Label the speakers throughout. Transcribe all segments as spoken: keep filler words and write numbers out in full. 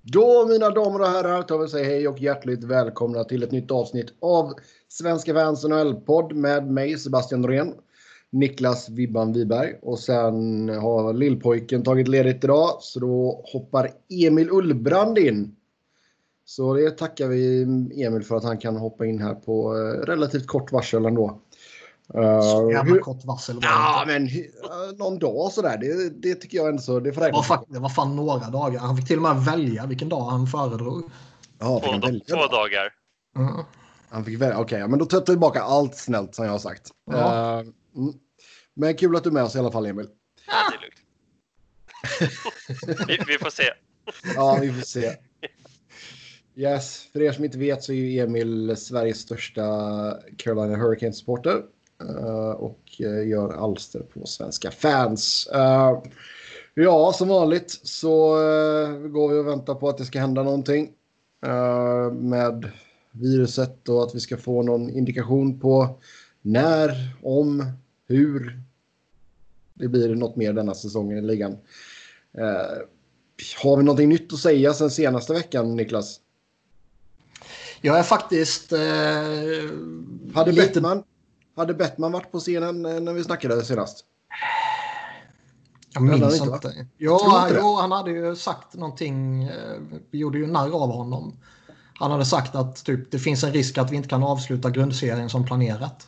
Speaker 1: Då mina damer och herrar tar vi säga hej och hjärtligt välkomna till ett nytt avsnitt av Svenska Fans N H L-podd med mig Sebastian Norén, Niklas Vibban Wiberg och sen har lillpojken tagit ledigt idag så då hoppar Emil Ullbrand in. Så det tackar vi Emil för att han kan hoppa in här på relativt kort varsel ändå.
Speaker 2: Så jävla hur... kort varsel.
Speaker 1: Ja, men uh, någon dag sådär. Det, det tycker jag ändå så. Det,
Speaker 2: det, var fa- det var fan några dagar. Han fick till och med välja vilken dag han föredrog.
Speaker 1: Ja,
Speaker 3: två,
Speaker 1: välja
Speaker 3: två dagar.
Speaker 1: Mm. Han fick välja. Okej, okay, men då tar jag tillbaka allt snällt som jag har sagt.
Speaker 2: Ja.
Speaker 1: Uh, mm. Men kul att du är med oss i alla fall, Emil.
Speaker 3: Ja, det är lugnt. vi, vi får se.
Speaker 1: Ja, vi får se. Yes, för er som inte vet så är ju Emil Sveriges största Carolina Hurricanes-supporter. Uh, och uh, gör alster på Svenska Fans. Uh, ja, som vanligt så uh, går vi och väntar på att det ska hända någonting uh, med viruset och att vi ska få någon indikation på när, om, hur det blir något mer denna säsongen i ligan. Uh, har vi någonting nytt att säga sen senaste veckan, Niklas?
Speaker 2: Jag är faktiskt uh,
Speaker 1: hade
Speaker 2: lite...
Speaker 1: Bettman Hade Bettman varit på scenen när vi snackade senast?
Speaker 2: Jag minns inte. inte. Ja, inte jo, han hade ju sagt någonting. Vi gjorde ju narr av honom. Han hade sagt att typ, det finns en risk att vi inte kan avsluta grundserien som planerat.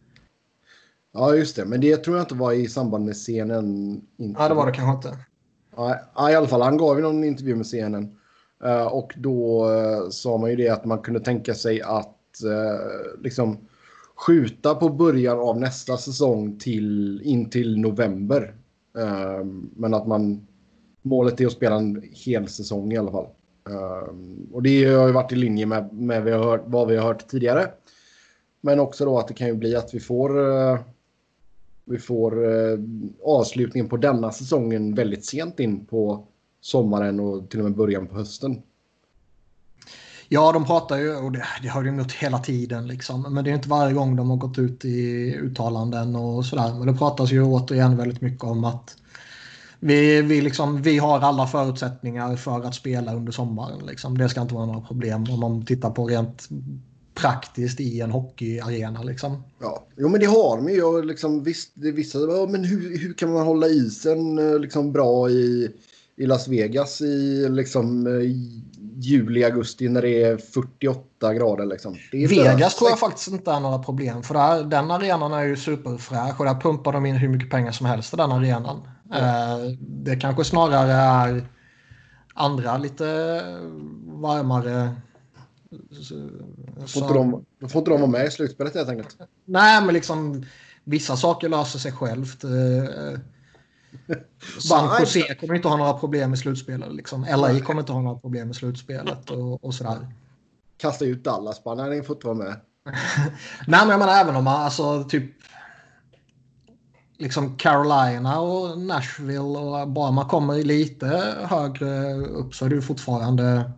Speaker 1: Ja, just det. Men det tror jag inte var i samband med scenen.
Speaker 2: Ja, det var det kanske inte.
Speaker 1: Ja, i alla fall. Han gav ju någon intervju med scenen. Och då sa man ju det att man kunde tänka sig att liksom skjuta på början av nästa säsong till in till november. Um, men att man målet är att spela en hel säsong i alla fall. Um, och det har ju varit i linje med, med vi har hört, vad vi har hört tidigare. Men också då att det kan ju bli att vi får uh, vi får uh, avslutningen på denna säsongen väldigt sent in på sommaren och till och med början på hösten.
Speaker 2: Ja, de pratar ju, och det, det har de gjort hela tiden liksom. Men det är inte varje gång de har gått ut i uttalanden och sådär. Men det pratas ju återigen väldigt mycket om att vi, vi, liksom, vi har alla förutsättningar för att spela under sommaren. Liksom. Det ska inte vara några problem om man tittar på rent praktiskt i en hockeyarena. Liksom.
Speaker 1: Ja, jo, men det har de ju. Liksom, visst, det vissa, ja, men hur, hur kan man hålla isen liksom, bra i, i Las Vegas i liksom... I, juli, augusti när det är fyrtioåtta grader liksom. Det är
Speaker 2: Vegas
Speaker 1: löst.
Speaker 2: tror jag faktiskt inte är några problem för där, den arenan är ju superfräsch och där pumpar de in hur mycket pengar som helst i den arenan. Mm. Eh, det kanske snarare är andra lite varmare
Speaker 1: får inte de, de får inte de vara med i slutspelet helt enkelt.
Speaker 2: Nej, men liksom vissa saker löser sig självt. Eh, San Jose kommer inte ha några problem med slutspelet liksom. L A kommer inte ha några problem med slutspelet och, och sådär.
Speaker 1: Kasta ut Dallas bara, nej, ni får inte vara med.
Speaker 2: Nej, men jag menar även om man alltså typ liksom Carolina och Nashville och bara man kommer lite högre upp så är det ju fortfarande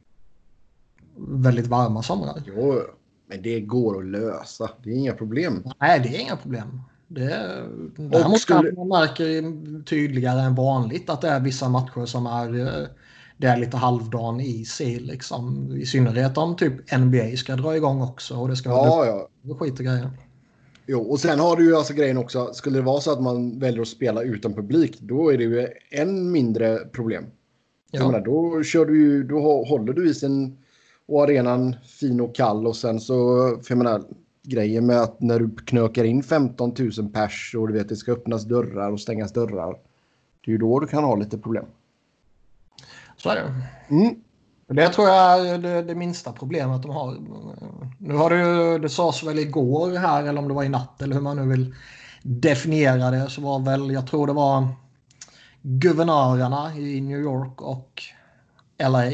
Speaker 2: väldigt varma somrar.
Speaker 1: Jo, men det går att lösa. Det är inga problem.
Speaker 2: Nej, det är inga problem. Det, däremot skulle... man märker tydligare än vanligt att det är vissa matcher som är, det är lite halvdan i sig liksom. I synnerhet om typ N B A ska dra igång också och det ska vara
Speaker 1: ja, ja.
Speaker 2: skit och grejer.
Speaker 1: Jo, och sen har du ju alltså grejen också, skulle det vara så att man väljer att spela utan publik, då är det ju än mindre problem. Ja. Menar, då kör du ju, då håller du i sin och arenan fin och kall och sen så, för jag menar, grejen med att när du knökar in femton tusen pers och du vet det ska öppnas dörrar och stängas dörrar. Det är ju då du kan ha lite problem.
Speaker 2: Så är det.
Speaker 1: Mm.
Speaker 2: Det tror jag är det, det minsta problemet de har. Nu har det ju, det sades väl igår här eller om det var i natt eller hur man nu vill definiera det så var väl, jag tror det var guvernörerna i New York och L A.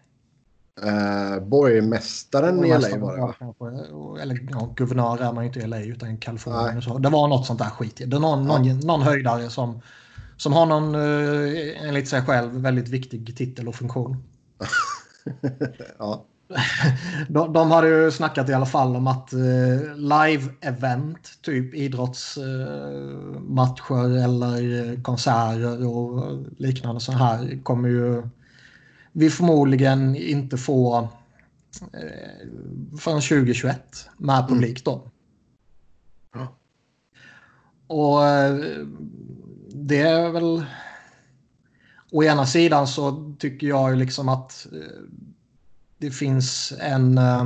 Speaker 1: Uh, borgmästaren i L A var det,
Speaker 2: kanske, eller ja, guvernör är man ju inte i L A utan i Kalifornien. Så. Det var något sånt där skit. Det är någon, ja. någon, någon höjdare som, som har någon uh, enligt sig själv väldigt viktig titel och funktion.
Speaker 1: Ja.
Speaker 2: de, de hade ju snackat i alla fall om att uh, live-event, typ idrottsmatcher uh, eller konserter och liknande så här kommer ju vi förmodligen inte få eh, förrän tjugo tjugoett med publik då.
Speaker 1: Mm.
Speaker 2: Och eh, det är väl... Å ena sidan så tycker jag ju liksom att eh, det finns en... Eh,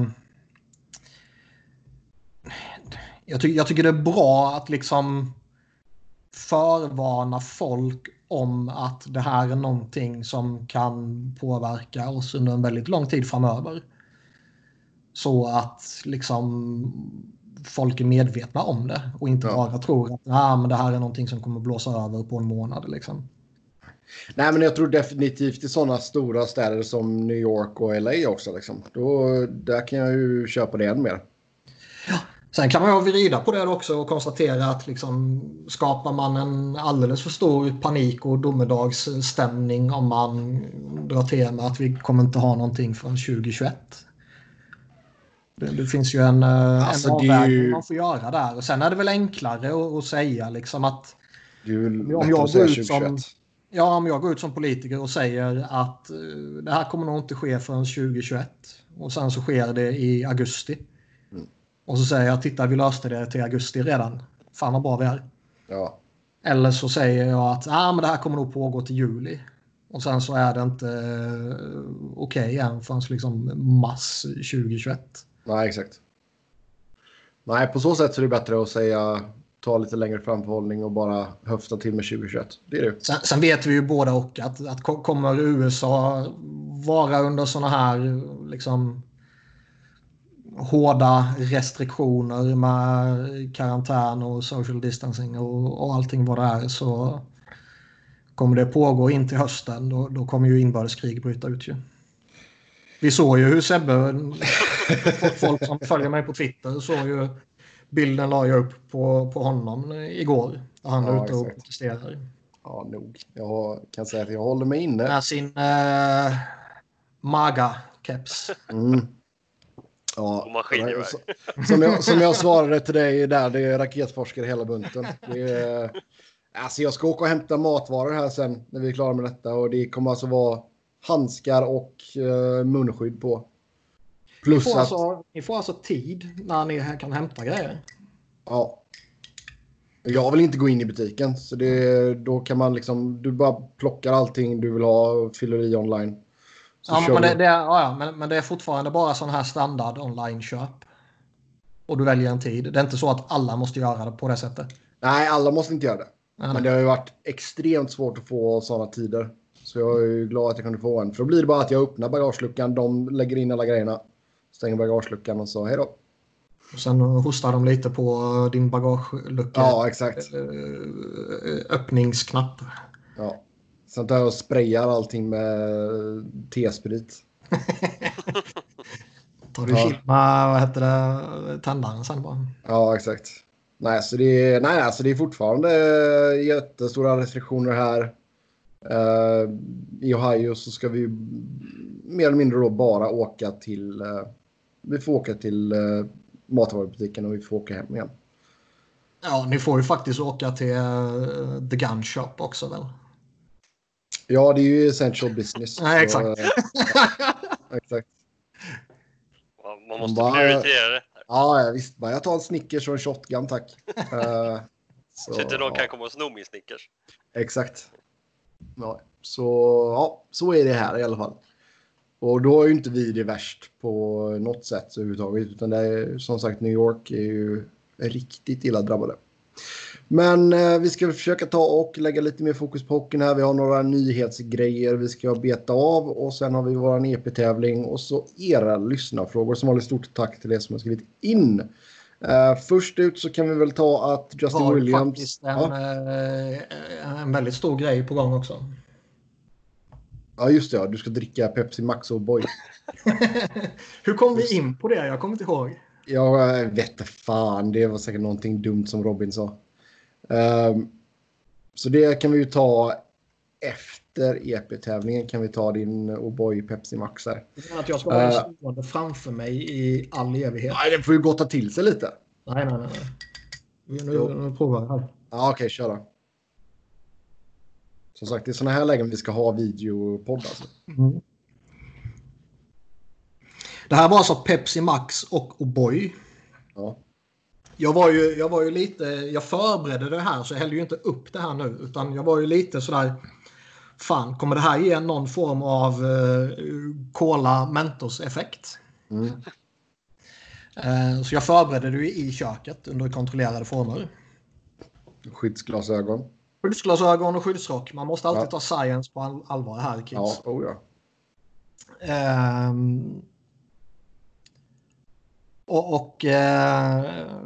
Speaker 2: jag, ty- jag tycker det är bra att liksom förvarna folk om att det här är någonting som kan påverka oss under en väldigt lång tid framöver. Så att liksom folk är medvetna om det och inte
Speaker 1: Ja.
Speaker 2: bara tror att ah, men det här är någonting som kommer blåsa över på en månad. Liksom.
Speaker 1: Nej, men jag tror definitivt i sådana stora städer som New York och L A också. Liksom. Då, där kan jag ju köpa det än mer.
Speaker 2: Ja. Sen kan man ju vrida på det också och konstatera att liksom, skapar man en alldeles för stor panik och domedagsstämning om man drar till med att vi kommer inte ha någonting från tjugo tjugoett. Det, det finns ju en, alltså, en avvägning ju... man får göra där. Och sen är det väl enklare att, att säga liksom att
Speaker 1: om
Speaker 2: jag, går ut som, ja, om jag går ut som politiker och säger att uh, det här kommer nog inte ske förrän tjugo tjugoett och sen så sker det i augusti. Mm. Och så säger jag, titta vi löste det till augusti redan. Fan vad bra vi är.
Speaker 1: Ja.
Speaker 2: Eller så säger jag att ah, men det här kommer nog pågå till juli. Och sen så är det inte uh, okej okay än förrän liksom mars tjugo tjugoett.
Speaker 1: Nej, exakt. Nej, på så sätt så är det bättre att säga ta lite längre framförhållning och bara höfta till med tjugo tjugoett. Det är det.
Speaker 2: Sen, sen vet vi ju båda och att, att kommer U S A vara under såna här liksom hårda restriktioner med karantän och social distancing och, och allting vad det är, så kommer det pågå in till hösten. Då, då kommer ju inbördeskrig bryta ut ju. Vi såg ju hur Sebbe, folk som följer mig på Twitter, såg ju bilden la jag upp på, på honom igår. Där han är ute och protesterar.
Speaker 1: Ja, nog. Jag kan säga att jag håller mig inne.
Speaker 2: Med sin äh, MAGA-keps.
Speaker 1: Mm. Ja, så, som, jag, som jag svarade till dig där, det är raketforskare hela bunten. Det är, alltså jag ska åka och hämta matvaror här sen när vi är klara med detta. Och det kommer alltså vara handskar och uh, munskydd på.
Speaker 2: Plus ni, får att, alltså, ni får alltså tid när ni kan hämta grejer.
Speaker 1: Ja. Jag vill inte gå in i butiken. Så det, då kan man liksom, du bara plockar allting du vill ha och fyller i online.
Speaker 2: Ja, men det, det, är, ja, men, men det är fortfarande bara sån här standard online-köp. Och du väljer en tid. Det är inte så att alla måste göra det på det sättet.
Speaker 1: Nej, alla måste inte göra det.
Speaker 2: Ja.
Speaker 1: Men det har ju varit extremt svårt att få sådana tider. Så jag är ju glad att jag kunde få en. För då blir det bara att jag öppnar bagageluckan. De lägger in alla grejerna. Stänger bagageluckan och så hej då.
Speaker 2: Och sen hostar de lite på din bagagelucka.
Speaker 1: Ja, exakt.
Speaker 2: Öppningsknapp.
Speaker 1: Ja. Sen tar jag och sprayar allting med T-sprit.
Speaker 2: Tar du ja. filma, vad heter det, tändaren sen bara.
Speaker 1: Ja, exakt. Nej, så det är, nej, alltså det är fortfarande jättestora restriktioner här. Uh, I Ohio så ska vi mer eller mindre då bara åka till uh, vi får åka till uh, matvarubutiken och vi får åka hem igen.
Speaker 2: Ja, ni får ju faktiskt åka till uh, The Gun Shop också väl?
Speaker 1: Ja, det är ju essential business.
Speaker 2: Nej, exakt.
Speaker 1: Så, uh, exakt.
Speaker 3: Man måste bara, prioritera det.
Speaker 1: Ja, visst. Bara jag tar en Snickers och en shotgun, tack. uh,
Speaker 3: så, så inte någon ja. kan komma och sno min Snickers.
Speaker 1: Exakt. Ja, så, ja, så är det här i alla fall. Och då är ju inte vi det värst på något sätt överhuvudtaget. Utan det är, som sagt, New York är ju riktigt illa drabbade. Men eh, vi ska försöka ta och lägga lite mer fokus på hockeyn här. Vi har några nyhetsgrejer vi ska beta av. Och sen har vi vår E P-tävling. Och så era lyssnarfrågor. Som håller stort tack till er som har skrivit in. Uh, först ut så kan vi väl ta att Justin
Speaker 2: var
Speaker 1: Williams...
Speaker 2: faktiskt en, ja. uh, en väldigt stor grej på gång också.
Speaker 1: Ja, just det. Ja. Du ska dricka Pepsi Max och Boy.
Speaker 2: Hur kom vi in på det? Jag kommer inte ihåg.
Speaker 1: Jag vet inte fan. Det var säkert någonting dumt som Robin sa. Um, så det kan vi ju ta efter E P-tävlingen. Kan vi ta din O'boy Pepsi Max här.
Speaker 2: Att jag ska vara uh, stående framför mig i all evighet.
Speaker 1: Nej, det får ju gotta till sig lite.
Speaker 2: Nej, nej, nej. Nu, nu, nu provar jag här.
Speaker 1: Ja, okej, okay, kör då. Som sagt, det är såna här lägen vi ska ha videopodd alltså.
Speaker 2: Mm. Det här var alltså Pepsi Max och O'boy.
Speaker 1: Ja.
Speaker 2: Jag var, ju, jag var ju lite, jag förberedde det här så jag hällde ju inte upp det här nu. Utan jag var ju lite sådär, fan kommer det här ge någon form av uh, Cola Mentos effekt?
Speaker 1: Mm.
Speaker 2: Uh, så jag förberedde det i köket under kontrollerade former.
Speaker 1: Skyddsglasögon.
Speaker 2: Skyddsglasögon och skyddsrock. Man måste alltid
Speaker 1: Ja.
Speaker 2: ta science på all- allvar här, kids.
Speaker 1: Ja, oh ja.
Speaker 2: Um, och och uh,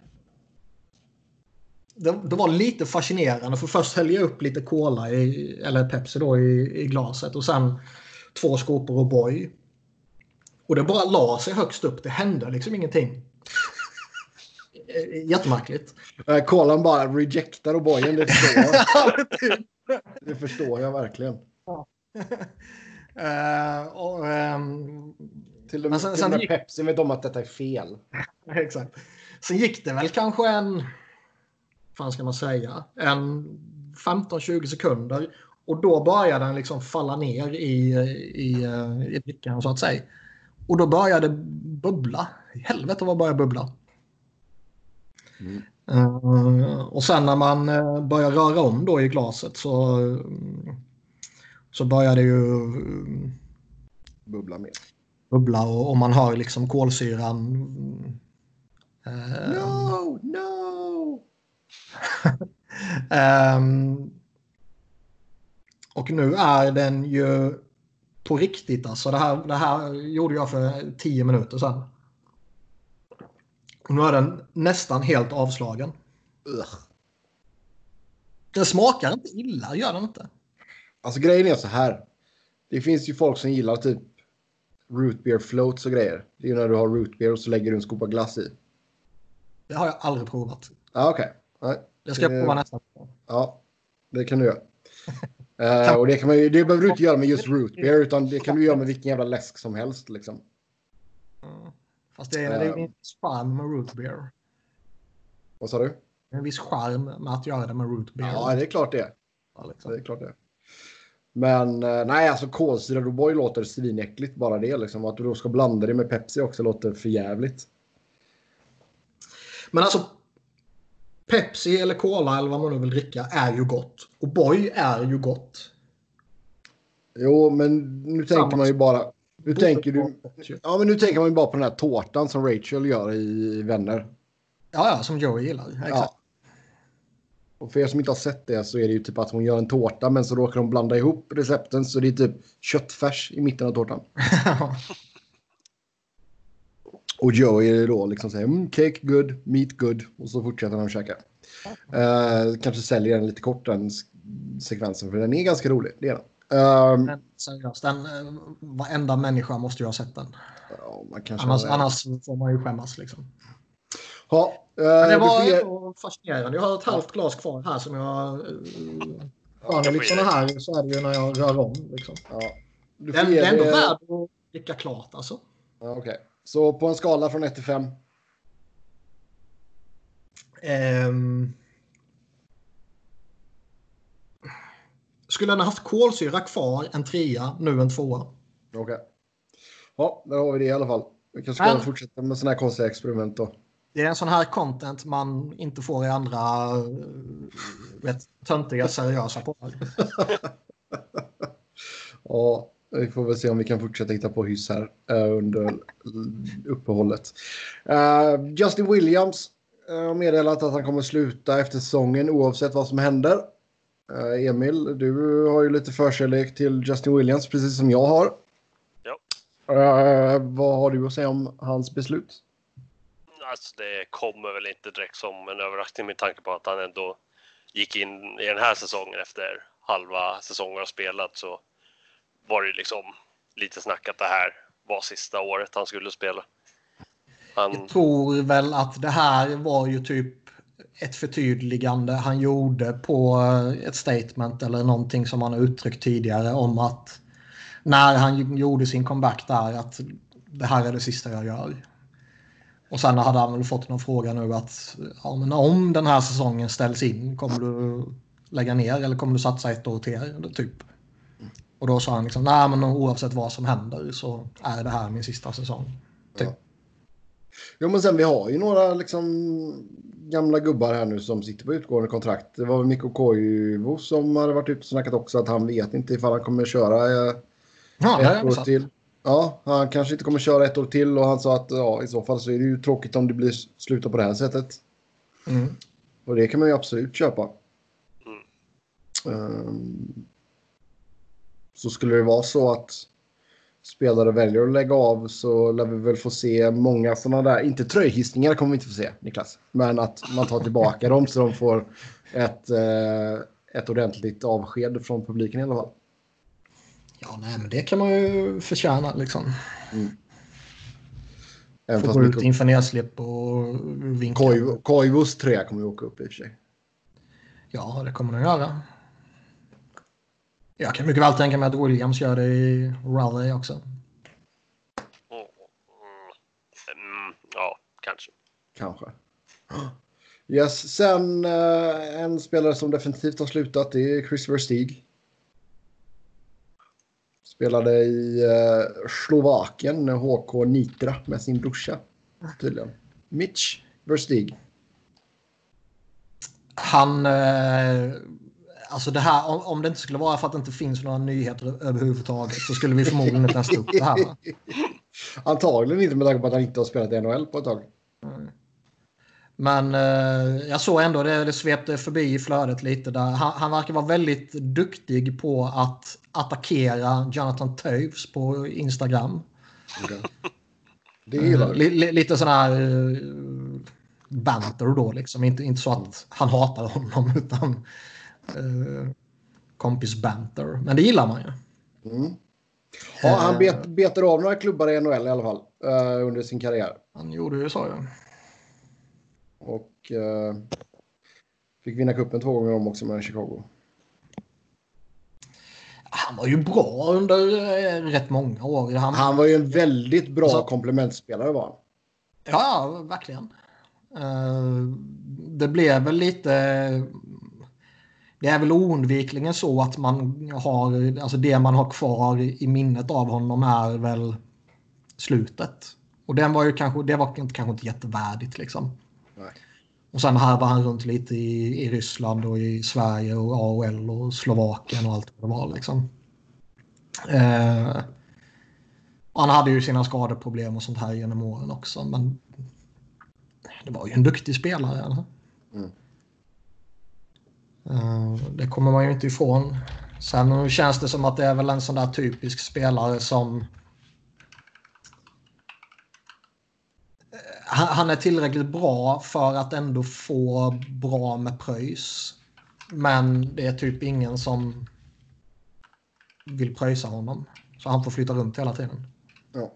Speaker 2: det, det var lite fascinerande för först hällde jag upp lite cola i, eller Pepsi då i, i glaset och sen två skopor O'boy. Och det bara la sig högst upp. Det hände liksom ingenting. Jättemärkligt.
Speaker 1: Uh, Kolan bara rejectar O'boyen, det förstår jag. Det förstår jag verkligen.
Speaker 2: Ja. uh, och, um,
Speaker 1: till och med, sen, till och med gick... Pepsi vet om att detta är fel.
Speaker 2: Exakt. Sen gick det väl kanske en, fan ska man säga, en femton tjugo sekunder och då började den liksom falla ner i, i, i drickan så att säga. Och då började bubbla. Helvete vad började bubbla. Mm. Uh, och sen när man uh, börjar röra om då i glaset så uh, så börjar det ju uh,
Speaker 1: bubbla mer.
Speaker 2: Bubbla och, och man hör liksom kolsyran. Uh,
Speaker 1: no, no.
Speaker 2: um, och nu är den ju på riktigt alltså. Det här, det här gjorde jag för tio minuter sedan. Och nu är den nästan helt avslagen.
Speaker 1: Ugh.
Speaker 2: Den smakar inte illa, gör den inte?
Speaker 1: Alltså grejen är så här. Det finns ju folk som gillar typ root beer floats och grejer. Det är ju när du har root beer och så lägger du en skopa glass i.
Speaker 2: Det har jag aldrig provat.
Speaker 1: Ja, okej. Okay.
Speaker 2: Det ska jag prova nästan.
Speaker 1: Ja, det kan du göra. uh, och det, kan man ju, det behöver du inte göra med just root beer utan det kan du göra med vilken jävla läsk som helst liksom.
Speaker 2: Mm. Fast det är, det är en viss charm med root beer.
Speaker 1: Vad sa du?
Speaker 2: En viss charm med att göra det med root beer.
Speaker 1: Ja, det är klart det.
Speaker 2: Ja, liksom.
Speaker 1: Det är klart det. Men nej, alltså kolsyrad O'boy låter svinäckligt bara det liksom. Att du då ska blanda det med Pepsi också låter för jävligt.
Speaker 2: Men alltså Pepsi eller Cola eller vad man nu vill dricka är ju gott. O'boy är ju gott.
Speaker 1: Jo, men nu Samma tänker man ju bara... Nu tänker du, ja, men nu tänker man ju bara på den här tårtan som Rachel gör i Vänner.
Speaker 2: Ja, ja, som Joey gillar. Exakt.
Speaker 1: Ja. Och för er som inte har sett det så är det ju typ att hon gör en tårta men så råkar de blanda ihop recepten så det är typ köttfärs i mitten av tårtan. Och Joey då liksom säger mm, cake good, meat good och så fortsätter han att käka. Uh, kanske säljer den lite kort den sekvensen för den är ganska rolig. Det är den. Um,
Speaker 2: men seriöst, den, varenda människa måste ju ha sett den.
Speaker 1: Ja, man kanske
Speaker 2: annars, annars får man ju skämmas liksom.
Speaker 1: Ja, uh,
Speaker 2: det var ju fascinerande. Jag har ett halvt glas kvar här som jag... Uh, ja, lite såna här så är det ju när jag rör om. Liksom.
Speaker 1: Ja. Du
Speaker 2: den, det är ändå värd att dricka klart alltså.
Speaker 1: Ja, okej. Okay. Så på en skala från ett till fem?
Speaker 2: Um, skulle den ha haft kolsyra kvar en trea, nu en tvåa.
Speaker 1: Okej. Okay. Ja, där har vi det i alla fall. Vi kanske ska Men, fortsätta med sådana här konstiga experiment då.
Speaker 2: Det är en sån här content man inte får i andra vet, töntiga, seriösa poddar.
Speaker 1: Ja, vi får väl se om vi kan fortsätta hitta på hyss här uh, under uppehållet. Uh, Justin Williams har uh, meddelat att han kommer sluta efter säsongen oavsett vad som händer. Uh, Emil, du har ju lite förkärlek till Justin Williams precis som jag har.
Speaker 3: Ja.
Speaker 1: Uh, vad har du att säga om hans beslut?
Speaker 3: Alltså det kommer väl inte direkt som en överraskning med tanke på att han ändå gick in i den här säsongen efter halva säsongen har spelat så var det liksom lite snack att det här var sista året han skulle spela. Han...
Speaker 2: Jag tror väl att det här var ju typ ett förtydligande han gjorde på ett statement eller någonting som han uttryckt tidigare om att när han gjorde sin comeback där att det här är det sista jag gör. Och sen hade han väl fått någon fråga nu att ja, men om den här säsongen ställs in kommer du lägga ner eller kommer du satsa ett år till typ. Och då sa han liksom, nej men oavsett vad som händer så är det här min sista säsong. Typ.
Speaker 1: Ja. Jo, men sen vi har ju några liksom gamla gubbar här nu som sitter på utgående kontrakt. Det var väl Mikko Koivu som hade varit ute och snackat också att han vet inte ifall han kommer köra eh,
Speaker 2: Ja,
Speaker 1: ett år till. Ja, han kanske inte kommer köra ett år till och han sa att ja, i så fall så är det ju tråkigt om det blir sluta på det här sättet.
Speaker 2: Mm.
Speaker 1: Och det kan man ju absolut köpa.
Speaker 3: Mm.
Speaker 1: Um, så skulle det vara så att spelare väljer att lägga av så lär vi väl få se många sådana där, inte tröjhissningar kommer vi inte få se, Niklas. Men att man tar tillbaka dem så de får ett, eh, ett ordentligt avsked från publiken i alla fall.
Speaker 2: Ja, nej, men det kan man ju förtjäna liksom.
Speaker 1: Mm.
Speaker 2: Få gå ut inför nedsläpp och vinka.
Speaker 1: Koivu, Koivus tröja kommer ju åka upp i och för sig.
Speaker 2: Ja, det kommer den göra. Jag kan mycket väl tänka mig att Williams gör det i Raleigh också.
Speaker 3: Mm. Mm. Ja, kanske.
Speaker 1: Kanske. Yes, sen eh, en spelare som definitivt har slutat, det är Chris Versteeg. Spelade i eh, Slovakien, H K Nitra, med sin brorsa. Tydligen. Mitch Versteeg.
Speaker 2: Han... Eh, alltså det här, om, om det inte skulle vara för att det inte finns några nyheter överhuvudtaget så skulle vi förmodligen inte ens upp det här. Va?
Speaker 1: Antagligen inte med tanke på att han inte har spelat i N H L på ett tag.
Speaker 2: Mm. Men eh, jag såg ändå det, det svepte förbi i flödet lite där. Han, han verkar vara väldigt duktig på att attackera Jonathan Toews på Instagram.
Speaker 1: Okay. Det gillar
Speaker 2: uh, li, li, lite sån här uh, banter då liksom. Inte, inte så att han hatar honom utan uh, kompis banter. Men det gillar man ju.
Speaker 1: Mm. Ja, han bet, betar av några klubbar i N H L i alla fall uh, under sin karriär.
Speaker 2: Han gjorde ju så ja.
Speaker 1: Och uh, fick vinna kuppen två gånger om också med Chicago.
Speaker 2: Han var ju bra under eh, rätt många år. Han,
Speaker 1: han var ju en väldigt bra
Speaker 2: alltså,
Speaker 1: komplementspelare var han.
Speaker 2: Ja, verkligen. Uh, det blev väl lite... Det är väl oundvikligen så att man har... Alltså det man har kvar i minnet av honom är väl slutet. Och den var ju kanske, det var inte, kanske inte jättevärdigt liksom.
Speaker 1: Nej. Och
Speaker 2: sen här var han runt lite i, i Ryssland och i Sverige och A H L och Slovakien och allt vad det var liksom. Eh, han hade ju sina skadeproblem och sånt här genom åren också, men det var ju en duktig spelare. Eller? Mm. Eh, det kommer man ju inte ifrån. Sen känns det som att det är väl en sån där typisk spelare som han är tillräckligt bra för att ändå få bra med pröjs. Men det är typ ingen som vill pröjsa honom. Så han får flytta runt hela tiden.
Speaker 1: Ja.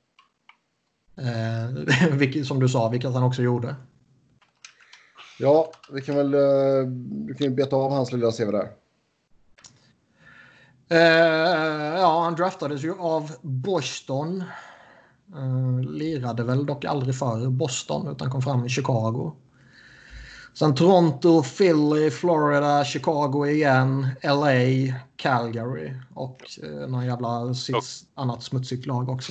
Speaker 2: Eh, vilket, som du sa, vilket han också gjorde.
Speaker 1: Ja, vi kan väl du kan ju beta av hans lilla C V där.
Speaker 2: Eh, ja, han draftades ju av Boston. Uh, lirade väl dock aldrig för Boston utan kom fram i Chicago. Sen Toronto, Philly, Florida, Chicago igen, L A, Calgary och uh, någon jävla sits, oh. annat smutsigt lag också.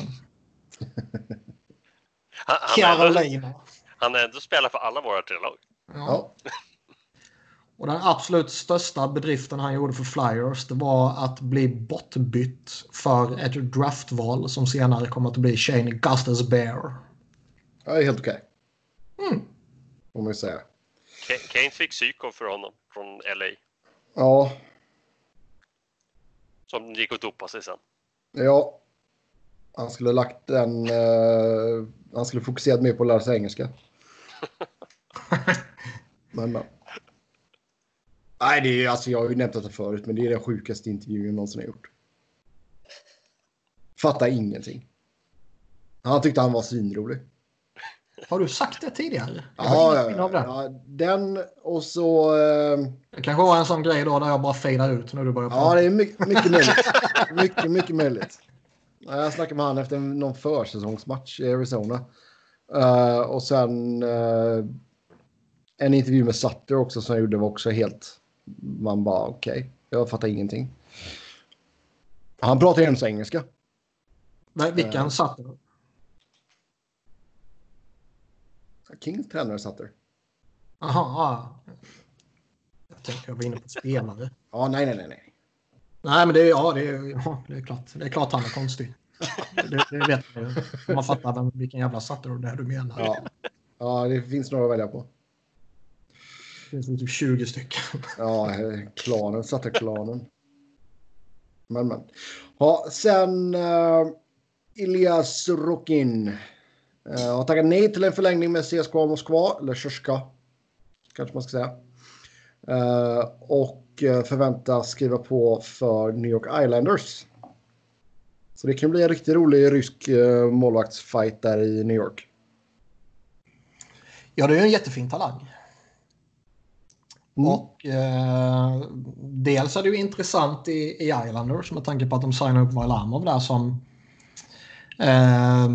Speaker 3: han, han Carolina. Ändå, han är ändå spelar för alla våra tre lag.
Speaker 2: Ja. Och den absolut största bedriften han gjorde för Flyers, det var att bli bortbytt för ett draftval som senare kommer att bli Shane Gostisbehere.
Speaker 1: Ja, det är helt okej.
Speaker 2: Okay. Mm.
Speaker 1: Om man säga.
Speaker 3: Kane fick psyko för honom från L A.
Speaker 1: Ja.
Speaker 3: Som gick och dopade sig sen.
Speaker 1: Ja. Han skulle lagt den... Uh, han skulle fokuserat mer på att lära sig engelska. men, men. Nej, det är, alltså, jag har ju nämnt det förut, men det är den sjukaste intervjun jag någonsin har gjort. Fattar ingenting. Han tyckte han var svinrolig.
Speaker 2: Har du sagt det tidigare?
Speaker 1: Ja, ja, ja, den och så... Eh...
Speaker 2: Det kanske var en sån grej då där jag bara fejdar ut när du börjar prata.
Speaker 1: Ja, det är mycket, mycket möjligt. mycket, mycket möjligt. Jag snackade med han efter någon försäsongsmatch i Arizona. Uh, och sen uh, en intervju med Sutter också som jag gjorde var också helt... Man bara, okej, okay, jag fattar ingenting. Han pratar ju ens engelska.
Speaker 2: Nej, vilken uh, satt det?
Speaker 1: Kings tränare satt där.
Speaker 2: Jaha, ja. Jag tänkte jag var inne på spelare.
Speaker 1: Ja, nej, nej, nej, nej.
Speaker 2: Nej, men det är, ja, det är, ja, det är klart. Det är klart han är konstig. Det, det vet man ju. Man fattar vem, vilken jävla satt det är du menar.
Speaker 1: Ja. Ja, det finns några att välja på.
Speaker 2: Det finns typ tjugo stycken.
Speaker 1: Ja, klanen satte klanen. Men, men. Ja, sen uh, Elias Sorokin uh, har tackat nej till en förlängning med C S K A Moskva, eller Kyrska, kanske man ska säga. Uh, och uh, förväntas skriva på för New York Islanders. Så det kan bli en riktigt rolig rysk uh, målvaktsfight där i New York.
Speaker 2: Ja, det är ju en jättefin talang. Mm. Och eh, dels är det ju intressant i, i Islanders med tanke på att de signar upp Varlamov där som eh,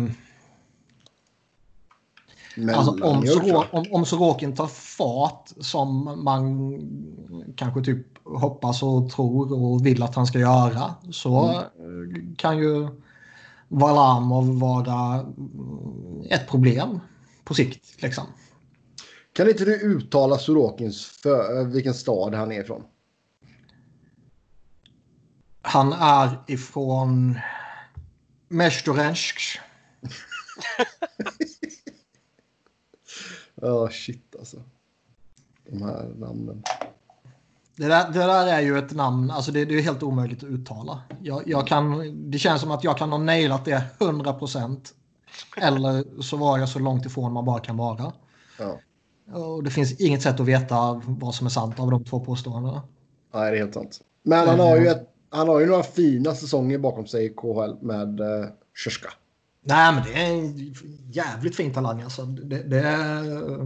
Speaker 2: alltså om, Sorok, om, om Sorokin tar fart som man kanske typ hoppas och tror och vill att han ska göra, så mm. kan ju Varlamov vara ett problem på sikt liksom.
Speaker 1: Kan inte du uttala Sorokins för vilken stad han är ifrån?
Speaker 2: Han är ifrån Mestorensk.
Speaker 1: Ja, oh, shit alltså. De här namnen.
Speaker 2: Det där, det där är ju ett namn, alltså det, det är helt omöjligt att uttala. Jag, jag kan, det känns som att jag kan ha nailat det hundra procent. Eller så var jag så långt ifrån man bara kan vara.
Speaker 1: Ja.
Speaker 2: Och det finns inget sätt att veta vad som är sant av de två påståendena.
Speaker 1: Nej, det är helt sant. Men han har ju, ett, han har ju några fina säsonger bakom sig i K H L med uh, Kyrska.
Speaker 2: Nej, men det är en jävligt fin talang alltså. Det, det, är,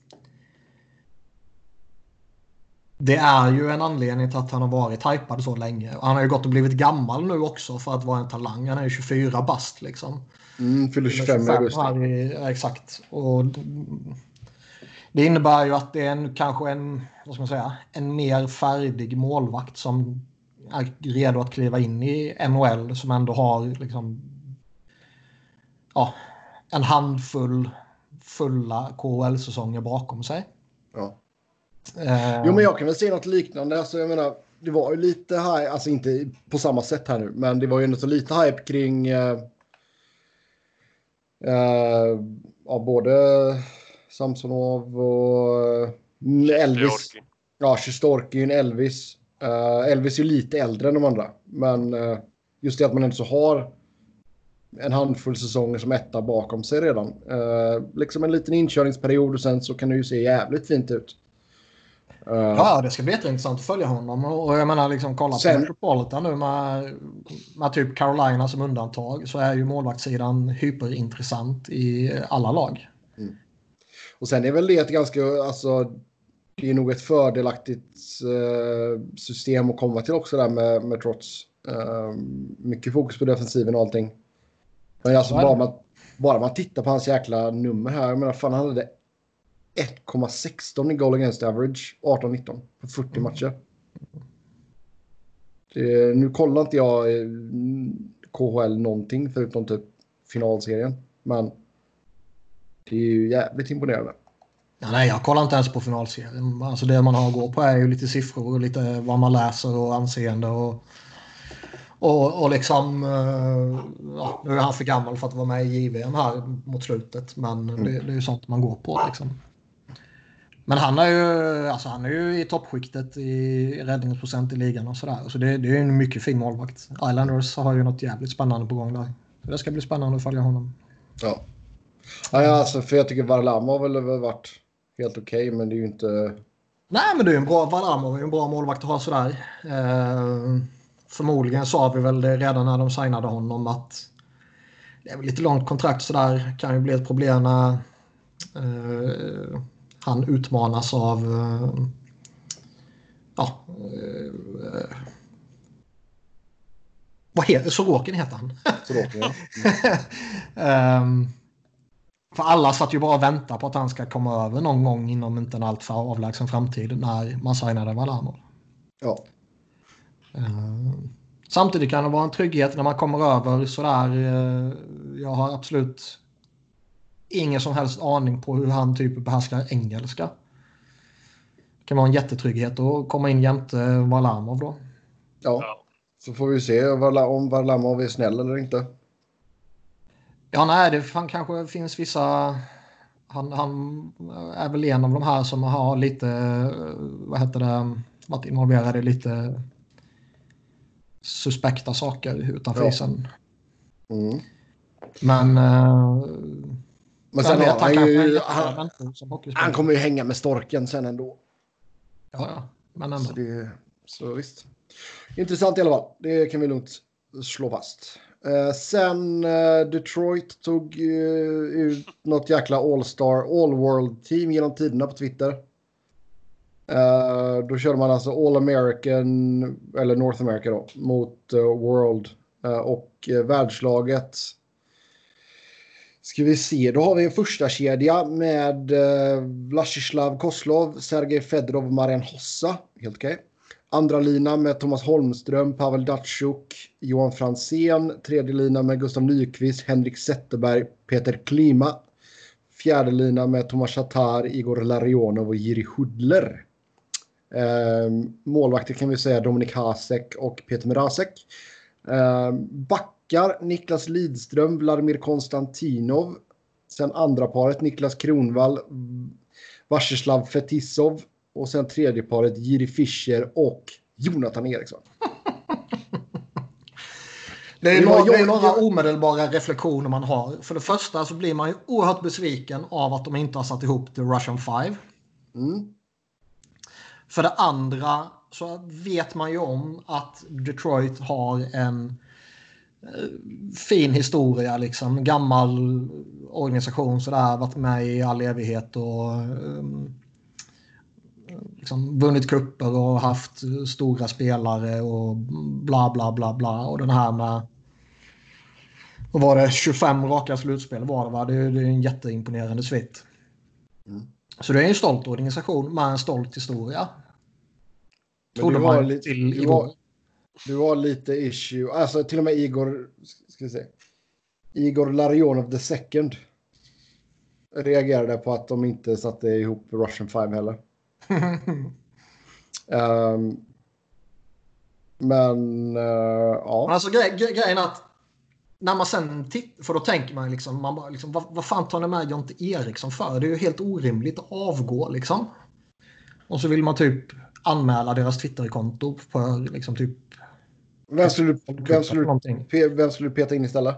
Speaker 2: det är ju en anledning till att han har varit hypad så länge. Han har ju gått och blivit gammal nu också för att vara en talang. Han är ju tjugofyra bast liksom.
Speaker 1: Mm, fyller tjugofem i augusti.
Speaker 2: Ja, exakt. Och det innebär ju att det är en, kanske en, vad ska man säga, en mer färdig målvakt som är redo att kliva in i N H L, som ändå har liksom, ja, en handfull fulla K H L-säsonger bakom sig.
Speaker 1: Ja.
Speaker 2: Uh,
Speaker 1: jo, men jag kan väl se något liknande. Alltså, jag menar, det var ju lite hype, alltså inte på samma sätt här nu, men det var ju ändå så lite hype kring uh, uh, ja, både Samsonov och uh, Elvis. Ja, Sjystorkin, Elvis. Uh, Elvis är ju lite äldre än de andra, men uh, just det att man ändå så har en handfull säsonger som etta bakom sig redan. Uh, liksom en liten inkörningsperiod och sen så kan det ju se jävligt fint ut. Uh,
Speaker 2: ja, det ska bli jätteintressant att följa honom. Och jag menar, liksom, kolla på sen, Metropolitan nu med, med typ Carolina som undantag, så är ju målvaktssidan hyperintressant i alla lag.
Speaker 1: Mm. Och sen är väl det ett ganska, alltså det är nog ett fördelaktigt uh, system att komma till också där med, med trots uh, mycket fokus på defensiven och allting. Men alltså bara man, bara man tittar på hans jäkla nummer här, jag menar fan, han hade ett komma sexton i goal against average arton nitton på fyrtio matcher. Det, nu kollar inte jag K H L någonting förutom typ finalserien, men det är ju jävligt imponerande.
Speaker 2: Ja, nej, jag kollar inte ens på finalserien. Alltså det man har att gå på är ju lite siffror och lite vad man läser och anseende och och, och liksom ja, nu är han för gammal för att vara med i J V M här mot slutet, men mm. det, det är ju sånt man går på liksom. Men han är ju, alltså han är ju i toppskiktet i räddningsprocent i ligan och sådär. Så det, det är ju en mycket fin målvakt. Islanders har ju något jävligt spännande på gång där. Så det ska bli spännande att följa honom.
Speaker 1: Ja. Ja, alltså, för jag tycker Varlamov har väl varit helt okej, okay, men det är ju inte...
Speaker 2: Nej, men det är ju en bra Varlamov, en bra målvakt att ha sådär. Eh, förmodligen sa vi väl det redan när de signade honom att det är väl lite långt kontrakt sådär. Kan ju bli ett problem när eh, han utmanas av eh, ja eh, vad heter Sorokin heter han?
Speaker 1: Sorokin, ja.
Speaker 2: um, för alla satt ju bara och väntar på att han ska komma över någon gång inom inte en alltför avlägsen framtid när man signade Varlamov.
Speaker 1: Ja.
Speaker 2: Uh, Samtidigt kan det vara en trygghet när man kommer över sådär. Eh, jag har absolut ingen som helst aning på hur han typ behärskar engelska. Det kan vara en jättetrygghet att komma in jämte Varlamov då.
Speaker 1: Ja, ja. Så får vi se om Varlamov är snäll eller inte.
Speaker 2: Ja, nej, det fan, kanske finns vissa... Han, han är väl en av de här som har lite, vad heter det, varit involverade i lite suspekta saker utanför
Speaker 1: ja.
Speaker 2: isen.
Speaker 1: Mm.
Speaker 2: Men... Uh,
Speaker 1: Men sen har han ju... Han, han kommer ju hänga med Storken sen ändå.
Speaker 2: Ja, ja. Men ändå.
Speaker 1: Så, det, så visst. Intressant i alla fall. Det kan vi lugnt slå fast. Uh, sen uh, Detroit tog uh, ut något jäkla All-Star, All-World-team genom tiderna på Twitter. Uh, då körde man alltså All-American, eller North America då, mot uh, World. Uh, och uh, världslaget... Ska vi se, då har vi en första kedja med uh, Vlastislav Koslov, Sergej Fedorov och Marian Hossa. Helt okej. Okay. Andra lina med Thomas Holmström, Pavel Datsyuk, Johan Franzén. Tredje lina med Gustav Nyqvist, Henrik Zetterberg, Peter Klima. Fjärde lina med Tomas Tatar, Igor Larionov och Jiri Hudler. Eh, målvakter kan vi säga Dominik Hasek och Peter Mrazek. Eh, backar Niklas Lidström, Vladimir Konstantinov. Sen andra paret Niklas Kronwall, Vacheslav Fetisov. Och sen tredje paret Jiri Fischer och Jonathan Eriksson.
Speaker 2: Det är, några, det är några omedelbara reflektioner man har. För det första så blir man ju oerhört besviken av att de inte har satt ihop The Russian Five.
Speaker 1: Mm.
Speaker 2: För det andra så vet man ju om att Detroit har en fin historia, liksom gammal organisation sådär, varit med i all evighet och um, liksom vunnit kupper och haft stora spelare och bla bla bla bla. Och den här med, vad var det, tjugofem raka slutspel var det va? Det är, det är en jätteimponerande svit. Mm. Så det är en stolt organisation med en stolt historia.
Speaker 1: Men trodde man li- till du, var, du var lite issue. Alltså till och med Igor, ska vi se. Igor Larionov the second reagerade på att de inte satte ihop Russian Five heller. um, men uh, ja.
Speaker 2: Alltså grej, grej, grejen är att när man sen tittar, för då tänker man liksom, man bara, liksom vad, vad fan tar ni med Jonte Eriksson för? Det är ju helt orimligt att avgå liksom. Och så vill man typ anmäla deras Twitterkonto för liksom typ.
Speaker 1: Vem skulle du, vem skulle du, vem skulle du peta in istället?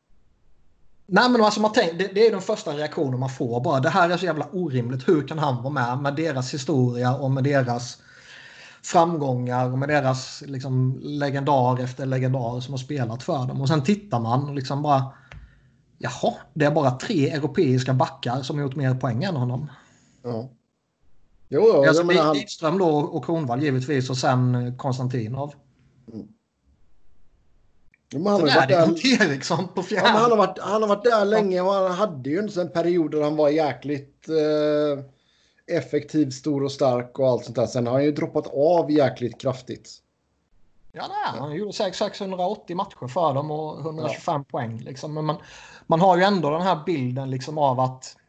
Speaker 2: Nej, men alltså man tänker, det, det är den första reaktionen man får. Bara, det här är så jävla orimligt. Hur kan han vara med med deras historia och med deras framgångar och med deras liksom, legendar efter legendar som har spelat för dem. Och sen tittar man och liksom bara, jaha, det är bara tre europeiska backar som har gjort mer poäng än honom.
Speaker 1: Ja. Jo, jo,
Speaker 2: alltså,
Speaker 1: jag han...
Speaker 2: Lidström då och Kronwall givetvis och sen Konstantinov.
Speaker 1: Mm.
Speaker 2: Men han, har varit där... Eriksson på
Speaker 1: ja, han, har varit, han har varit där länge och han hade ju en period där han var jäkligt eh, effektiv, stor och stark och allt sånt där. Sen har han ju droppat av jäkligt kraftigt.
Speaker 2: Ja, nej, han gjorde sexhundraåttio matcher för dem och etthundratjugofem ja. poäng. Liksom. Men man, man har ju ändå den här bilden liksom av att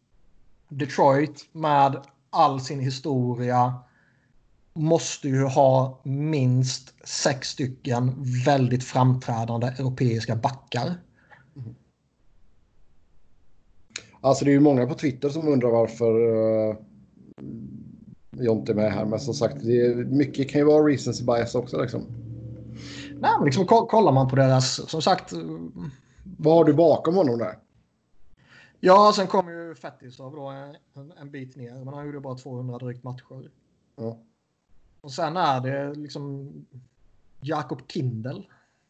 Speaker 2: Detroit med all sin historia måste ju ha minst sex stycken väldigt framträdande europeiska backar. Mm.
Speaker 1: Alltså det är ju många på Twitter som undrar varför uh, jag inte är med här. Men som sagt, det är, mycket kan ju vara recency bias också liksom.
Speaker 2: Nej, men liksom kollar man på deras, som sagt.
Speaker 1: Vad har du bakom honom där?
Speaker 2: Ja, sen kommer ju Fetisov då en, en bit ner. Men han gjorde bara tvåhundra drygt matcher.
Speaker 1: Ja.
Speaker 2: Och sen är det liksom Jakob Kindel.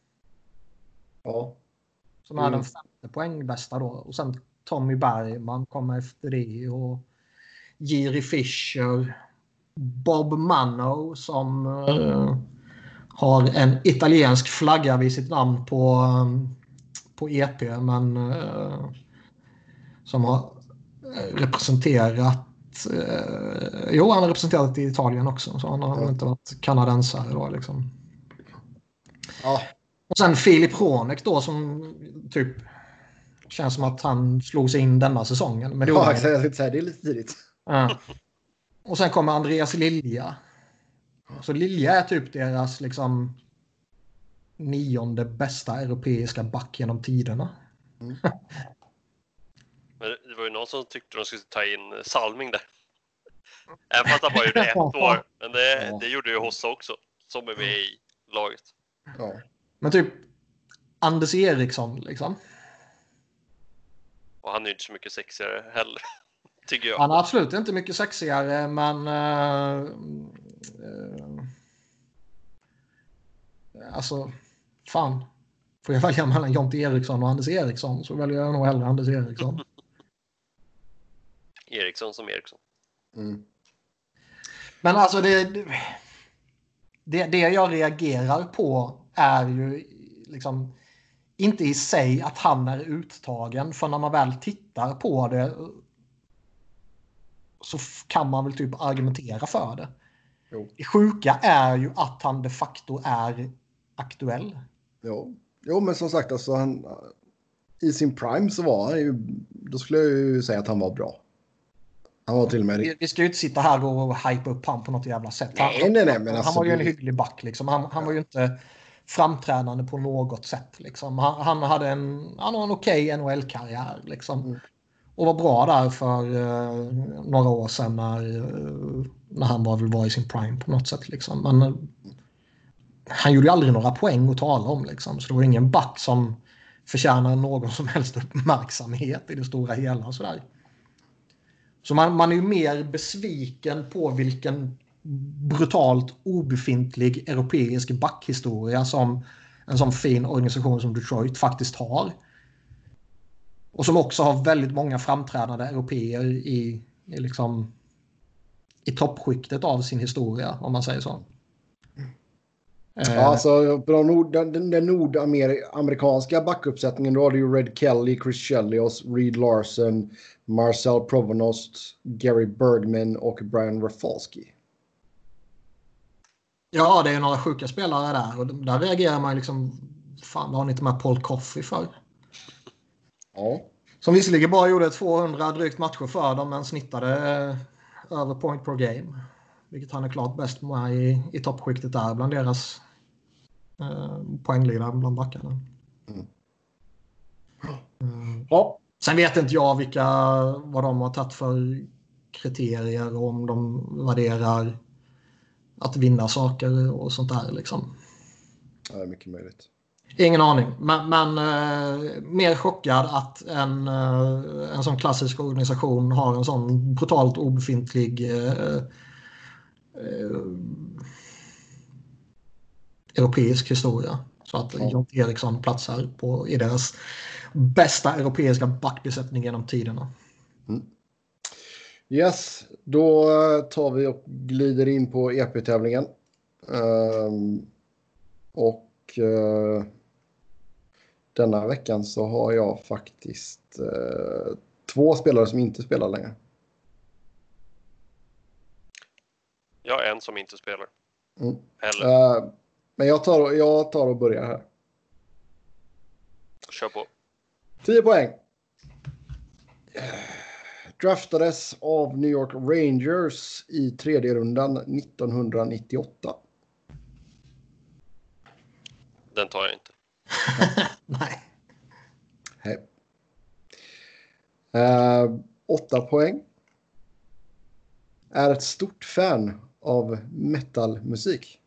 Speaker 1: Ja.
Speaker 2: Som är mm. den femte poängbästa då. Och sen Tommy Bergman kommer efter det. Och Jiri Fischer. Bob Manno som uh, har en italiensk flagga vid sitt namn på, um, på E P. Men uh, som har representerat Uh, jo, han har representerat i Italien också. Så han har ja. inte varit kanadensare då liksom.
Speaker 1: Ja.
Speaker 2: Och sen Filip Hronek då som typ känns som att han slog sig in denna säsongen. Men det,
Speaker 1: Ja, exakt, jag tänkte säga, det är lite tidigt.
Speaker 2: ja. Och sen kommer Andreas Lilja. Så Lilja är typ deras liksom nionde bästa europeiska back genom tiderna.
Speaker 1: Mm.
Speaker 3: Men det var ju någon som tyckte de skulle ta in Salming där. Även fast han bara gjorde ett år. Men det,
Speaker 1: Ja.
Speaker 3: det gjorde ju Hossa också. Som är med i laget.
Speaker 1: Ja.
Speaker 2: Men typ Anders Eriksson liksom.
Speaker 3: Och han är ju inte så mycket sexigare heller. Tycker jag.
Speaker 2: Han är absolut inte mycket sexigare, men uh, uh, alltså fan. Får jag välja mellan Jonte Eriksson och Anders Eriksson så väljer jag nog hellre Anders Eriksson.
Speaker 3: Eriksson som Eriksson.
Speaker 1: Mm.
Speaker 2: Men alltså det, det, det jag reagerar på är ju liksom inte i sig att han är uttagen, för när man väl tittar på det så kan man väl typ argumentera för det.
Speaker 1: Jo.
Speaker 2: Det sjuka är ju att han de facto är aktuell.
Speaker 1: Jo. jo, men som sagt, alltså han, i sin prime så var han ju, då skulle jag ju säga att han var bra. Han var till och med...
Speaker 2: Vi, vi ska ju inte sitta här och hypa upp han på något jävla sätt.
Speaker 1: Nej,
Speaker 2: han,
Speaker 1: nej, nej, men
Speaker 2: han
Speaker 1: alltså,
Speaker 2: var ju en
Speaker 1: det-
Speaker 2: hygglig back liksom. Han, han var ju inte framträdande på något sätt liksom. Han, han hade en, han har en okej N H L-karriär liksom.
Speaker 1: Mm.
Speaker 2: Och var bra där för uh, några år sedan när, uh, när han var, väl var i sin prime på något sätt liksom. Men uh, han gjorde ju aldrig några poäng att tala om liksom. Så det var ingen back som förtjänar någon som helst uppmärksamhet i det stora hela sådär. Så man, man är ju mer besviken på vilken brutalt obefintlig europeisk backhistoria som en sån fin organisation som Detroit faktiskt har. Och som också har väldigt många framträdande europeer i, i, liksom, i toppskiktet av sin historia, om man säger så.
Speaker 1: Ja, alltså på de nord, den, den nordamerikanska backuppsättningen då har du ju Red Kelly, Chris Chelios, Reed Larson, Marcel Provonost, Gary Bergman och Brian Rafalski.
Speaker 2: Ja, det är några sjuka spelare där. Och där reagerar man liksom, fan vad har ni inte med Paul Coffey för?
Speaker 1: Ja.
Speaker 2: Som visserligen bara gjorde tvåhundra drygt matcher för dem, men snittade eh, över point per game. Vilket han är klart bäst med i, i toppskiktet där bland deras eh, poängledare bland backarna.
Speaker 1: Mm.
Speaker 2: Mm.
Speaker 1: Ja.
Speaker 2: Sen vet inte jag vilka, vad de har tagit för kriterier och om de värderar att vinna saker och sånt där liksom.
Speaker 1: Ja, det är mycket möjligt.
Speaker 2: Ingen aning, men, men eh, mer chockad att en, eh, en sån klassisk organisation har en sån brutalt obefintlig eh, eh, europeisk historia. Så att
Speaker 1: Ja.
Speaker 2: Jonte Eriksson platsar på, i deras bästa europeiska backbesättning genom tiderna.
Speaker 1: Mm. Yes, då tar vi och glider in på E P-tävlingen. Um, och uh, denna veckan så har jag faktiskt uh, två spelare som inte spelar längre.
Speaker 3: Jag är en som inte spelar.
Speaker 1: Mm.
Speaker 3: Eller,
Speaker 1: Uh, men jag tar, jag tar och börjar här.
Speaker 3: kör på.
Speaker 1: tio poäng. Draftades av New York Rangers i tredje rundan nittonhundranittioåtta.
Speaker 3: Den tar jag inte.
Speaker 2: Nej.
Speaker 1: Hej. Uh, åtta poäng. Är ett stort fan av metalmusik.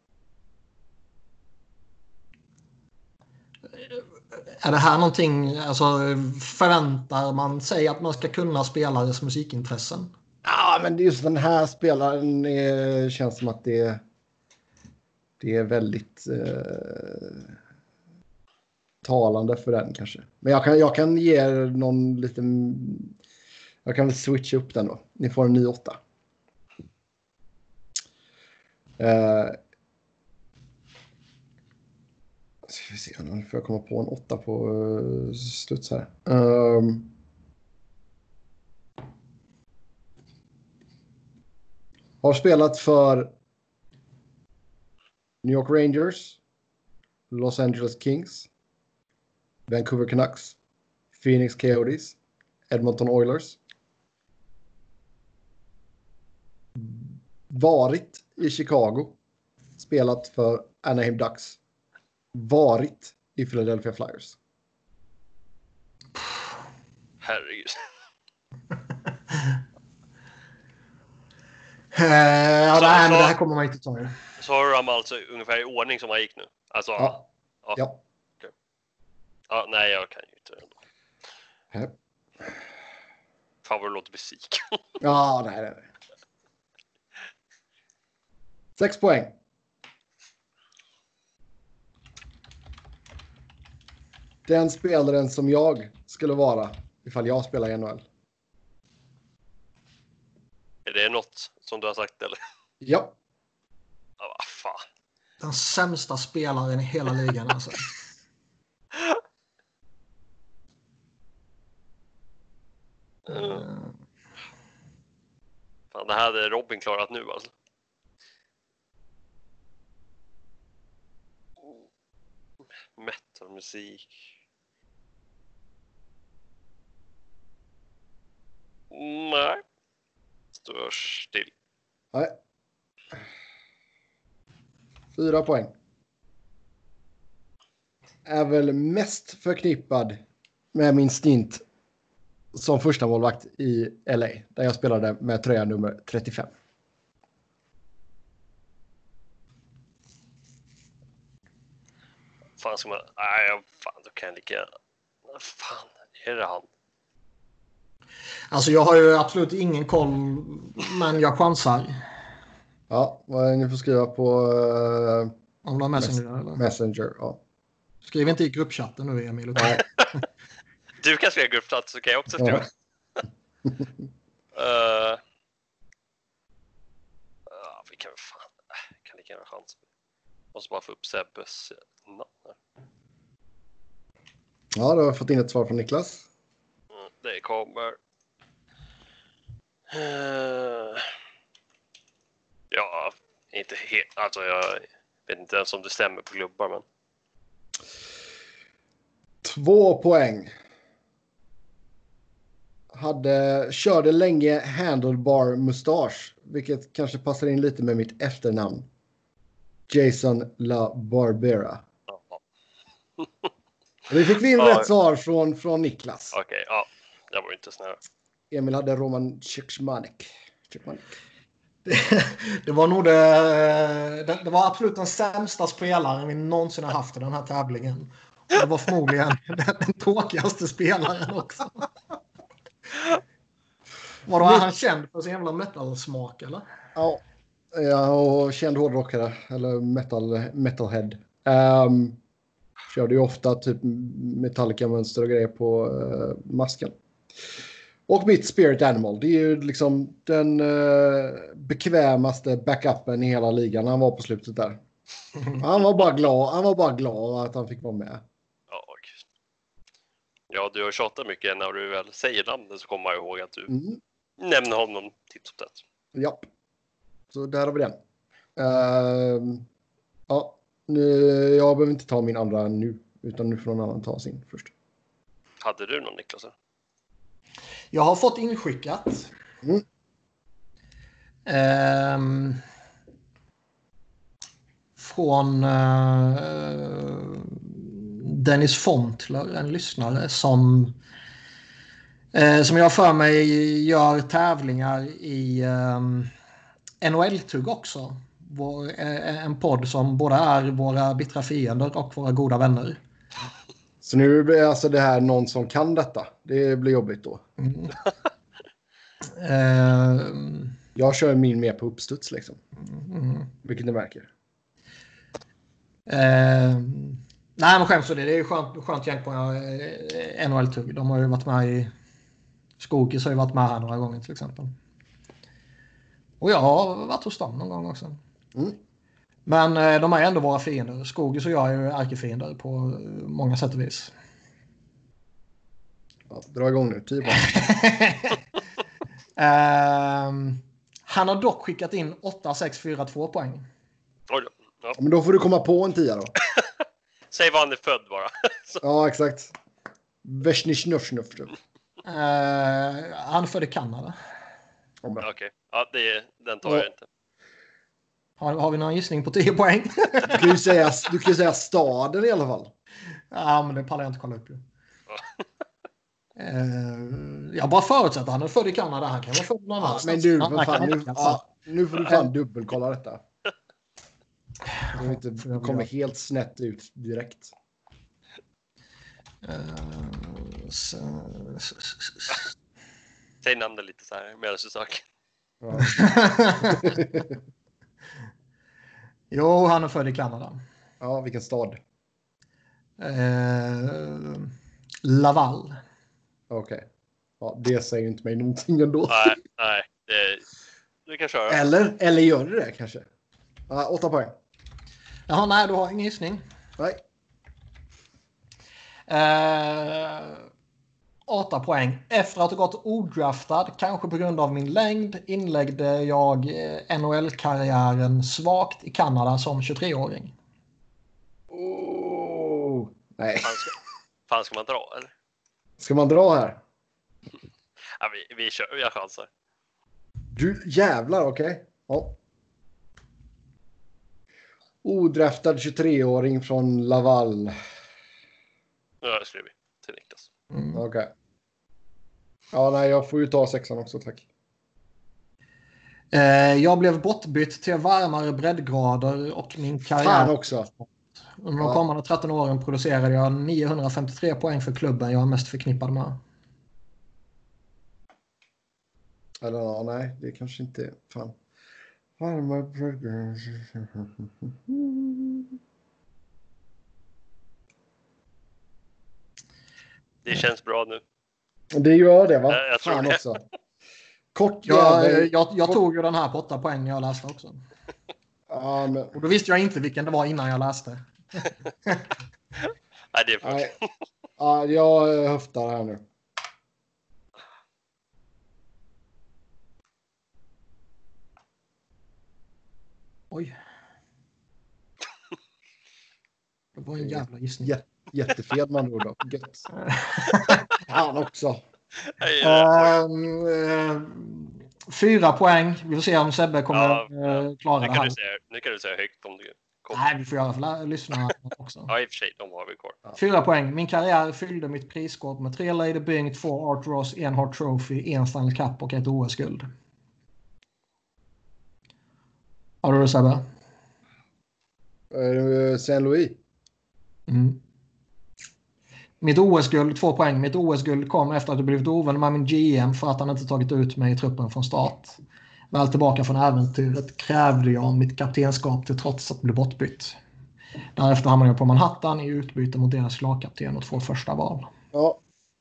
Speaker 2: Är det här någonting, alltså förväntar man sig att man ska kunna spelares musikintressen?
Speaker 1: Ja, men just den här spelaren är, känns som att det, det är väldigt eh, talande för den kanske. Men jag kan, jag kan ge er någon liten... Jag kan väl switcha upp den då. Ni får en ny åtta. Eh, ska vi se, nu får jag komma på en åtta på uh, sluts här. Um, har spelat för New York Rangers, Los Angeles Kings, Vancouver Canucks, Phoenix Coyotes, Edmonton Oilers. Varit i Chicago. Spelat för Anaheim Ducks. Varit i Philadelphia Flyers.
Speaker 3: Herregud.
Speaker 2: Uh, ja,
Speaker 3: Så-
Speaker 2: det, här,
Speaker 3: så-
Speaker 2: men det här kommer man inte ta i.
Speaker 3: Så har de alltså ungefär i ordning som han gick nu. Alltså, ja.
Speaker 1: Ja. Ja.
Speaker 3: ja nej, jag kan ju inte ändå.
Speaker 1: Här.
Speaker 3: Fan vad du låter besviken.
Speaker 1: Ja, nej, nej, nej. Sex poäng. Den spelaren som jag skulle vara ifall jag spelar i N H L.
Speaker 3: Är det något som du har sagt eller?
Speaker 1: Ja.
Speaker 3: Ja, vad fan.
Speaker 2: Den sämsta spelaren i hela ligan alltså.
Speaker 3: Uh. Fan, det här hade Robin klarat nu alltså. Metalmusik. Nej. Står still.
Speaker 1: Nej. Fyra poäng. Är väl mest förknippad med min stint som första målvakt i L A. Där jag spelade med tröja nummer trettiofem.
Speaker 3: Fan ska man... Nej, fan då kan jag lika... Fan, är det han?
Speaker 2: Alltså jag har ju absolut ingen koll, men jag chansar.
Speaker 1: Ja, ni får skriva på uh,
Speaker 2: Om du har Messenger eller?
Speaker 1: Messenger. Ja.
Speaker 2: Skriv inte i gruppchatten nu, Emil.
Speaker 1: Nej.
Speaker 3: Du kan skriva gruppchatt så kan jag också skriva.
Speaker 1: Ja.
Speaker 3: uh, uh, vi kan väl fan... Uh, kan lika gärna chans. Måste bara få upp Sebbes namn.
Speaker 1: Ja, du har fått in ett svar från Niklas.
Speaker 3: Mm, det kommer. Uh, ja, inte helt. Alltså jag vet inte ens om det stämmer på klubbar, men.
Speaker 1: Två poäng. Hade, körde länge handlebar mustasch, vilket kanske passar in lite med mitt efternamn. Jason La Barbera.
Speaker 3: Ja,
Speaker 1: Vi fick vi in
Speaker 3: Ja.
Speaker 1: rätt svar från, från Niklas.
Speaker 3: okej, okay, ja. Jag var inte snäll.
Speaker 1: Emil hade Roman Cechmanek. Cechmanek.
Speaker 2: Det, det var nog det, det, det var absolut den sämsta spelaren vi någonsin har haft i den här tävlingen. Och det var förmodligen den, den tråkigaste spelaren också. Var då han känd för sin jävla metal-smak eller?
Speaker 1: Ja, ja, och känd hårdrockare eller metal, metalhead. Um, körde ju ofta typ Metallica-mönster och grejer på uh, masken. Och mitt spirit animal, det är ju liksom den uh, bekvämaste backupen i hela ligan. Han var på slutet där. Han var bara glad, han var bara glad att han fick vara med.
Speaker 3: Ja, gud. Ja, du har tjatat mycket när du väl säger namnet så kommer jag ihåg att du
Speaker 1: Mm.
Speaker 3: nämner honom titt som tätt.
Speaker 1: Japp. Så där har vi den. Uh, ja, nu, jag behöver inte ta min andra nu, utan nu får någon annan ta sin först.
Speaker 3: Hade du någon, Niklas?
Speaker 2: Jag har fått inskickat.
Speaker 1: Mm.
Speaker 2: Ehm, från eh, Dennis Fontler, en lyssnare som eh, som jag för mig gör tävlingar i eh, N H L-tugg också. Vår, eh, en podd som både är våra bittra fiender och våra goda vänner.
Speaker 1: Så nu blir alltså det här någon som kan detta. Det blir jobbigt då.
Speaker 2: Mm. Ehm,
Speaker 1: Jag kör min mer på uppstuds liksom.
Speaker 2: mm.
Speaker 1: Vilket ni märker.
Speaker 2: Eh, nej men skämt så det, det är ju skönt, skönt gäng på eh, N H L-tugg. De har ju varit med i Skogis har ju varit med här några gånger till exempel. Och jag har varit hos dem någon gång också.
Speaker 1: Mm.
Speaker 2: Men eh, de är ändå våra fiender. Skogis och jag är ju ärkefiender på eh, många sätt och vis.
Speaker 1: Ja, dra igång nu. Tio barn.
Speaker 2: eh, han har dock skickat in åtta sex fyra två poäng.
Speaker 3: Oj då. Ja.
Speaker 1: Ja, men då får du komma på en tia då.
Speaker 3: säg var han är född bara.
Speaker 1: Ja, exakt. Vesnishnufshnuf.
Speaker 2: Uh, han är född i Kanada.
Speaker 3: Okej, okay. Ja, det är, den tar ja. jag inte.
Speaker 2: Har, har vi någon gissning på tio poäng?
Speaker 1: Du kan ju säga, du kan ju säga staden i alla fall.
Speaker 2: Ja, men det pallar jag inte kolla upp. Ju. Ja. uh, jag bara förutsätter han är född i Kanada. Han kan vara född någon annanstans.
Speaker 1: Men du, vad fan, nu, ja, nu får du fan dubbelkolla detta. Så vi inte kommer helt snett ut direkt.
Speaker 2: Uh, så...
Speaker 3: Säg namnet lite så här medan du söker.
Speaker 1: Ja.
Speaker 2: Jo, han är född i Kanada.
Speaker 1: Ja, vilken stad?
Speaker 2: Uh, Laval.
Speaker 1: Okej. Okay. Ja, det säger inte mig någonting ändå.
Speaker 3: Nej, nej. Det, du kan köra.
Speaker 1: Eller, eller gör det det kanske? Ja, åtta poäng.
Speaker 2: Jaha, nej, du har ingen gissning.
Speaker 1: Nej.
Speaker 2: Uh, åtta poäng. Efter att ha gått odraftad, kanske på grund av min längd, inläggde jag N H L-karriären svagt i Kanada som tjugotre-åring.
Speaker 1: Oh, nej.
Speaker 3: Fan ska, fan ska man dra, eller?
Speaker 1: Ska man dra här?
Speaker 3: Ja, vi, vi kör, vi har chanser.
Speaker 1: Du jävlar, okej. Okay. Ja. Odraftad tjugotre-åring från Laval.
Speaker 3: Ja, det skriver vi till Niklas.
Speaker 2: Mm.
Speaker 1: Okej. Okay. Ja, nej, jag får ju ta sexan också, tack.
Speaker 2: Eh, jag blev bortbytt till varmare breddgrader och min karriär...
Speaker 1: Fan också.
Speaker 2: Under de kommande tretton åren producerade jag niohundrafemtiotre poäng för klubben jag är mest förknippad med.
Speaker 1: Eller ja, nej, det kanske inte... Fan. Varmare breddgrader...
Speaker 3: Det känns bra nu.
Speaker 1: Det gör det, va?
Speaker 3: Jag, jag
Speaker 1: Fan
Speaker 3: tror
Speaker 1: också. Kort
Speaker 2: jag,
Speaker 1: jävel.
Speaker 2: jag, jag
Speaker 1: Kort...
Speaker 2: tog ju den här på åtta poäng när jag läste också.
Speaker 1: Ja, men...
Speaker 2: Och då visste jag inte vilken det var innan jag läste.
Speaker 3: Nej, det är för...
Speaker 1: Nej. Ja, jag höftar här nu.
Speaker 2: Oj. Det var en jävla gissning.
Speaker 1: Jät- jättefed man då. Gött. Han också.
Speaker 2: Um, uh, fyra poäng. Vi får se om Sebbe kommer
Speaker 3: ja,
Speaker 2: uh, klara
Speaker 3: nu
Speaker 2: det
Speaker 3: kan
Speaker 2: här.
Speaker 3: Du säga, nu kan du säga högt om du kommer.
Speaker 2: Nej, vi får göra för lyssna också.
Speaker 3: Ja, i och för sig. De har vi kvar.
Speaker 2: Ja. Fyra poäng. Min karriär fyllde mitt prisskåp med tre Lady Byng, två Art Ross, en Hart Trophy, en Stanley Cup och ett O S-guld. Har du det, Sebbe?
Speaker 1: Uh, Saint Louis.
Speaker 2: Mm. Mitt O S-guld, två poäng. Mitt O S-guld kom efter att jag blivit ovän med min G M för att han inte tagit ut mig i truppen från start. Väl tillbaka från äventyret krävde jag mitt kaptenskap till trots att bli bortbytt. Därefter hamnade jag på Manhattan i utbyte mot deras lagkapten och två första val.
Speaker 1: Ja.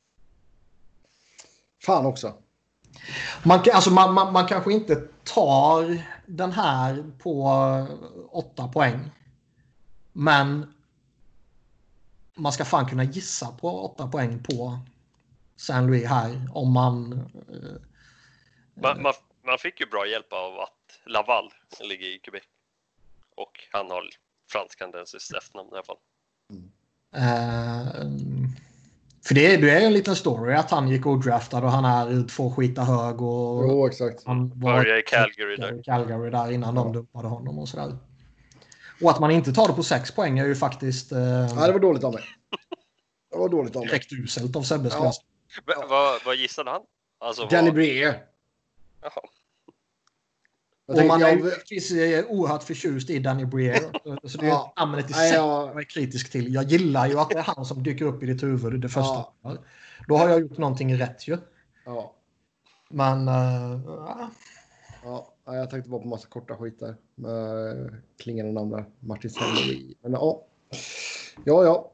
Speaker 1: Fan också.
Speaker 2: Man, alltså man, man, man kanske inte tar den här på åtta poäng. Men man ska fan kunna gissa på åtta poäng på Saint Louis här om man... Eh,
Speaker 3: man, man... Man fick ju bra hjälp av att Laval ligger i Quebec. Och han har fransk-kanadensiskt efternamn i alla fall.
Speaker 1: Mm.
Speaker 2: Uh, för det, det är en liten story att han gick odraftad och han är två skita hög. Och
Speaker 1: jo, exakt.
Speaker 2: Han
Speaker 3: började i Calgary där.
Speaker 2: Calgary där innan
Speaker 1: ja.
Speaker 2: de dumpade honom och sådär. Och att man inte tar det på sex poäng är ju faktiskt... Uh,
Speaker 1: ja, det var dåligt av mig. Det var dåligt av mig.
Speaker 2: Direkt uselt av Sebbe.
Speaker 1: Ja.
Speaker 3: Ja. Vad, vad gissade han? Alltså,
Speaker 1: Danny
Speaker 3: vad...
Speaker 1: Briere.
Speaker 3: Jaha.
Speaker 2: Och man är ju jag... oerhört förtjust i Danny Briere. Så det är ja. namnet i sig jag är kritisk till. Jag gillar ju att det är han som dyker upp i ditt huvud det första. Ja. Då har jag gjort någonting rätt ju.
Speaker 1: Ja.
Speaker 2: Men... Uh,
Speaker 1: ja, jag tänkte bara på massa korta skit där. Med klingande namn där. Martin Sellery. Men ja. Ja, ja.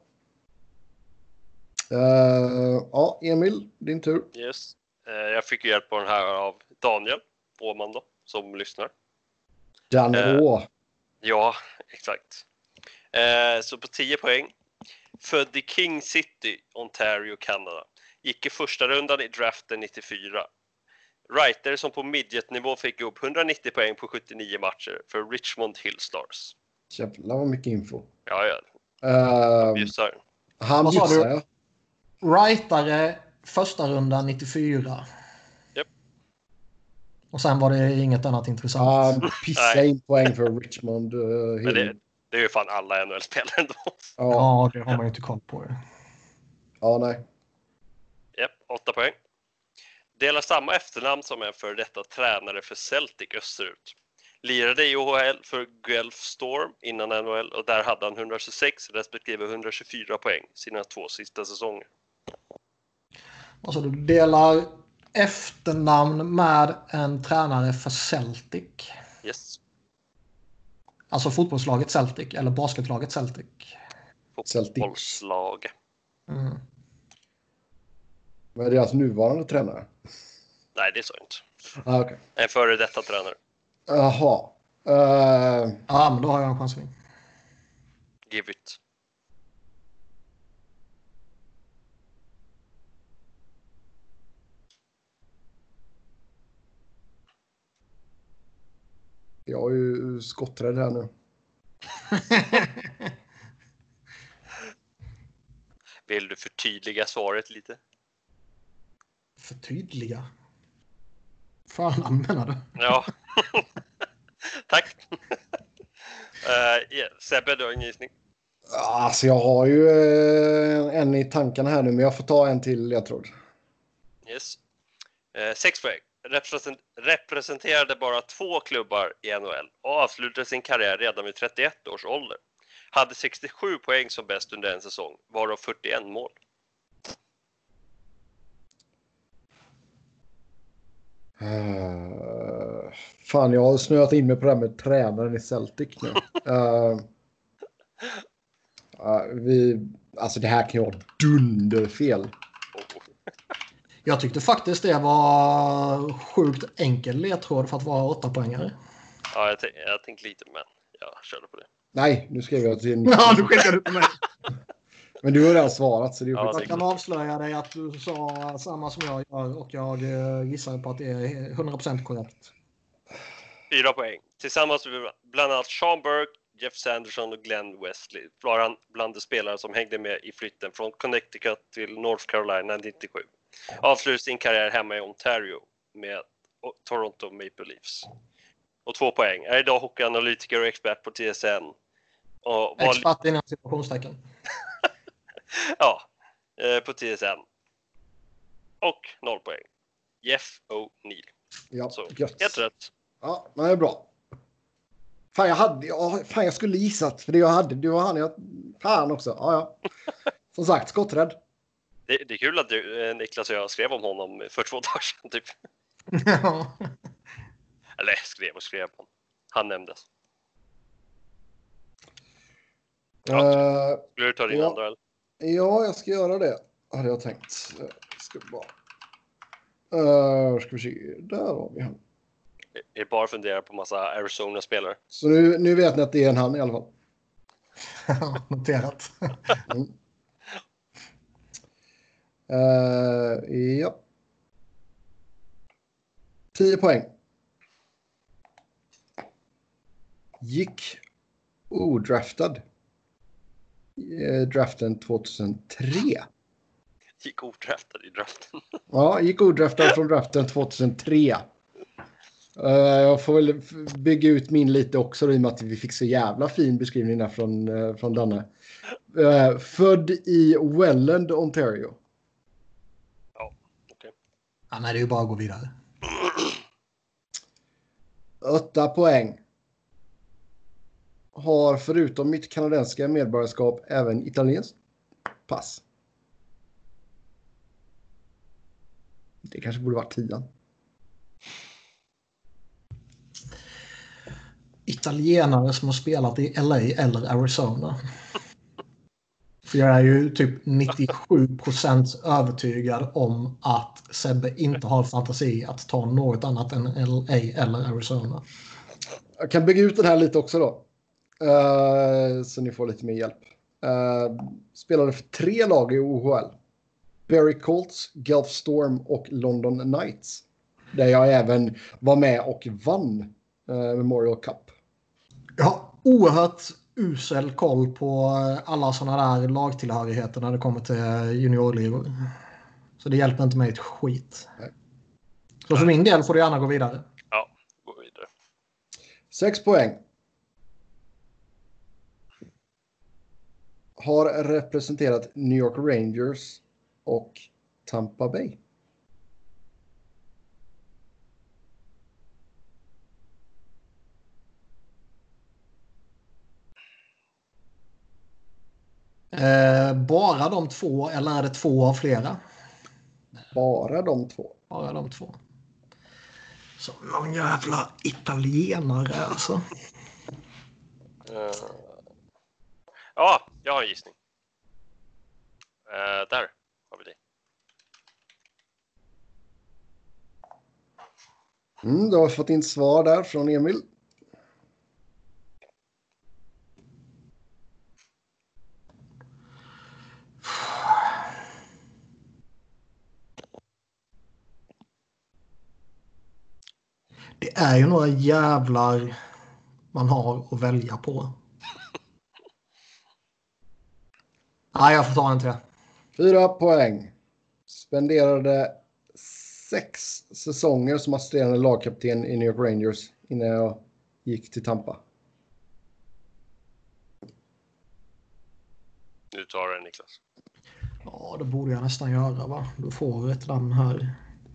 Speaker 1: Uh, ja, Emil, din tur.
Speaker 3: Yes. Uh, jag fick ju hjälp på den här av Daniel Åman då, som lyssnar.
Speaker 1: Dan Å. Uh,
Speaker 3: ja, exakt. Uh, så på tio poäng. Född i King City, Ontario, Kanada. Gick i första rundan i draften nittiofyra. Writer som på midget-nivå fick upp hundranittio poäng på sjuttionio matcher för Richmond Hill Stars.
Speaker 1: Jävlar vad mycket info.
Speaker 3: Ja, ja.
Speaker 1: Uh,
Speaker 3: Bjussar.
Speaker 1: han
Speaker 2: Vad sa
Speaker 1: bjussar,
Speaker 2: du?
Speaker 1: ja.
Speaker 2: Rightare första rundan nittiofyra.
Speaker 3: Japp.
Speaker 2: Och sen var det inget annat intressant.
Speaker 1: Han pissar in poäng för Richmond. Uh,
Speaker 3: Men det, det är ju fan alla N H L-spelare ändå.
Speaker 1: ja.
Speaker 2: Ja, det har man ju inte koll på.
Speaker 1: Ja, nej.
Speaker 3: Japp, åtta poäng. Delar samma efternamn som en för detta tränare för Celtic österut. Lirade i O H L för Guelph Storm innan N H L och där hade han etthundratjugosex respektive etthundratjugofyra poäng sina två sista säsonger.
Speaker 2: Alltså du delar efternamn med en tränare för Celtic.
Speaker 3: Yes.
Speaker 2: Alltså fotbollslaget Celtic eller basketlaget Celtic.
Speaker 3: Fotbollslag.
Speaker 2: Mm.
Speaker 1: Men är det alltså nuvarande tränare?
Speaker 3: Nej, det är så inte.
Speaker 1: Ah, okay.
Speaker 3: En före detta tränare.
Speaker 1: Jaha. Uh...
Speaker 2: Ja, men då har jag en chansning.
Speaker 3: Give it.
Speaker 1: Jag är ju skotträdd här nu.
Speaker 3: Vill du förtydliga svaret lite?
Speaker 2: Förtydliga? Förnamn menar du?
Speaker 3: Ja. Tack. uh, yeah. Sebbe, du har en gissning.
Speaker 1: Alltså jag har ju uh, en i tankarna här nu, men jag får ta en till, jag tror.
Speaker 3: Yes. Uh, sex poäng. Represent- representerade bara två klubbar i N H L och avslutade sin karriär redan vid trettioett års ålder. Hade sextiosju poäng som bäst under en säsong, varav fyrtioett mål.
Speaker 1: Uh, fan, jag har snöat in mig på det här med tränaren i Celtic nu. Uh, uh, vi, alltså det här kan ju vara dunderfel.
Speaker 3: Oh.
Speaker 2: Jag tyckte faktiskt det var sjukt enkel ledtråd för att vara åtta poängare.
Speaker 3: Ja, jag, t- jag tänkte lite, men jag körde på det.
Speaker 1: Nej, nu skrev jag till...
Speaker 2: Ja, du skickade till mig.
Speaker 1: Men du har redan svarat, så det är
Speaker 3: Ja,
Speaker 2: Jag kan avslöja dig att du sa samma som jag gör och jag gissar på att det är hundra procent korrekt.
Speaker 3: Fyra poäng. Tillsammans med bland annat Sean Burke, Jeff Sanderson och Glenn Wesley var han bland de spelare som hängde med i flytten från Connecticut till North Carolina nittiosju. Avslutade sin karriär hemma i Ontario med Toronto Maple Leafs. Och två poäng. Är idag hockeyanalytiker och expert på T S N. Och var...
Speaker 2: Expert inom situationstecken.
Speaker 3: Ja, på T S N. Och noll poäng. Jeff O'Neill.
Speaker 1: Ja,
Speaker 3: Så,
Speaker 1: gött.
Speaker 3: helt rätt.
Speaker 1: Ja, men det är bra. Fan, jag hade... Ja, fan, jag skulle gissat. För det jag hade, du och han, jag... Fan också. Ja, ja. Som sagt, skotträdd.
Speaker 3: Det, det är kul att du, Niklas och jag skrev om honom för två dagar sedan, typ.
Speaker 2: Ja.
Speaker 3: Eller skrev och skrev. Han nämndes. Ja,
Speaker 1: Uh,
Speaker 3: skulle du ta din
Speaker 1: ja.
Speaker 3: andra, eller?
Speaker 1: Ja, jag ska göra det. Hade jag tänkt. Jag ska bara... Uh, ska vi se. Där har vi han.
Speaker 3: Jag bara funderar på massa Arizona-spelare.
Speaker 1: Så nu, nu vet ni att det är en han i alla fall.
Speaker 2: Noterat.
Speaker 1: Mm. Uh, ja. tio poäng. Gick odraftad. Uh, draften tjugohundratre.
Speaker 3: Gick odraftad i draften.
Speaker 1: Ja, gick odraftad från draften tjugohundratre. Uh, jag får väl bygga ut min lite också i och med att vi fick så jävla fin beskrivning där från, uh, från Danne. Uh, född i Welland, Ontario.
Speaker 3: Ja, okej. Okay.
Speaker 2: Ja, men det är ju bara att gå vidare.
Speaker 1: Åtta poäng. Har förutom mitt kanadensiska medborgarskap även italienskt pass. Det kanske borde vara tian.
Speaker 2: Italienare som har spelat i L A eller Arizona. För jag är ju typ nittiosju procent övertygad om att Sebbe inte har fantasi att ta något annat än L A eller Arizona.
Speaker 1: Jag kan bygga ut den här lite också då. Uh, så ni får lite mer hjälp. Uh, spelade för tre lag i O H L. Barrie Colts, Guelph Storm och London Knights. Där jag även var med och vann uh, Memorial Cup.
Speaker 2: Jag har oerhört usel koll på alla sådana där lagtillhörigheter när det kommer till juniorligor. Så det hjälper inte mig ett skit. Nej. Så för min del får du gärna gå vidare.
Speaker 3: Ja, gå vidare.
Speaker 1: Sex poäng. Har representerat New York Rangers och Tampa Bay.
Speaker 2: Eh, bara de två eller är det två av flera?
Speaker 1: Bara de två.
Speaker 2: Bara de två. Så någon jävla italienare alltså.
Speaker 3: Uh, ja, jag har en gissning. Uh, där har vi det.
Speaker 1: Mm, du har fått in svar där från Emil.
Speaker 2: Det är ju några jävlar man har att välja på. Nej, jag får ta en till.
Speaker 1: Fyra poäng. Spenderade sex säsonger som assisterande lagkapten i New York Rangers innan jag gick till Tampa.
Speaker 3: Nu tar det, Niklas.
Speaker 2: Ja, det borde jag nästan göra, va? Då får vi ett namn här.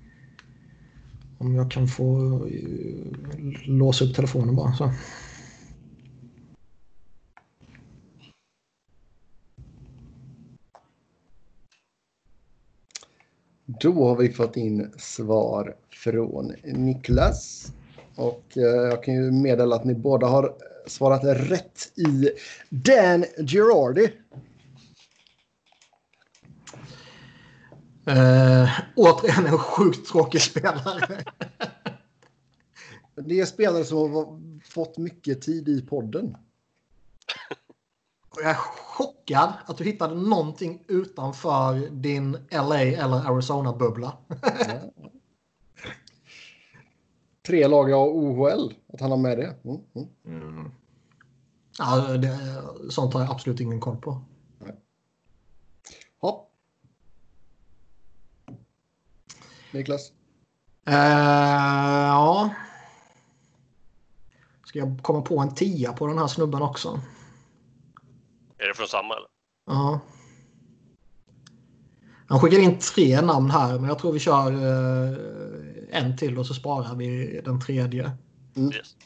Speaker 2: Om jag kan få uh, låsa upp telefonen bara, så.
Speaker 1: Då har vi fått in svar från Niklas. Och eh, jag kan ju meddela att ni båda har svarat rätt i Dan Girardi.
Speaker 2: Uh, återigen en sjukt tråkig spelare.
Speaker 1: Det är spelare som har fått mycket tid i podden.
Speaker 2: Jag är chockad att du hittade någonting utanför din L A eller Arizona-bubbla.
Speaker 1: Ja. Tre lag av O H L, att han har med det. Mm, mm.
Speaker 2: Mm. Ja, det, sånt har jag absolut ingen koll på.
Speaker 1: Nej. Hopp. Niklas?
Speaker 2: Uh, ja. Ska jag komma på en tia på den här snubben också?
Speaker 3: Är det från samma eller?
Speaker 2: Ja. Han skickar in tre namn här, men jag tror vi kör uh, en till och så sparar vi den tredje.
Speaker 1: Mm.
Speaker 3: Yes.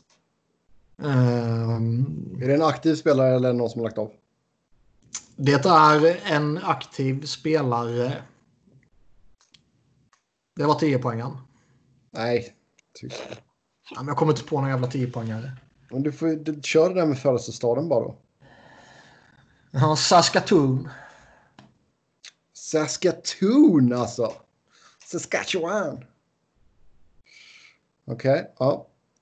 Speaker 2: Um,
Speaker 1: Är det en aktiv spelare eller någon som har lagt av?
Speaker 2: Det är en aktiv spelare. Det var tio poängen.
Speaker 1: Nej, tyst.
Speaker 2: Ja, men jag kommer inte på någon jävla tio poängare.
Speaker 1: Men du får du, kör det där med födelsestaden bara då.
Speaker 2: Ja, Saskatoon.
Speaker 1: Saskatoon alltså. Saskatchewan. Okej, okay, ja.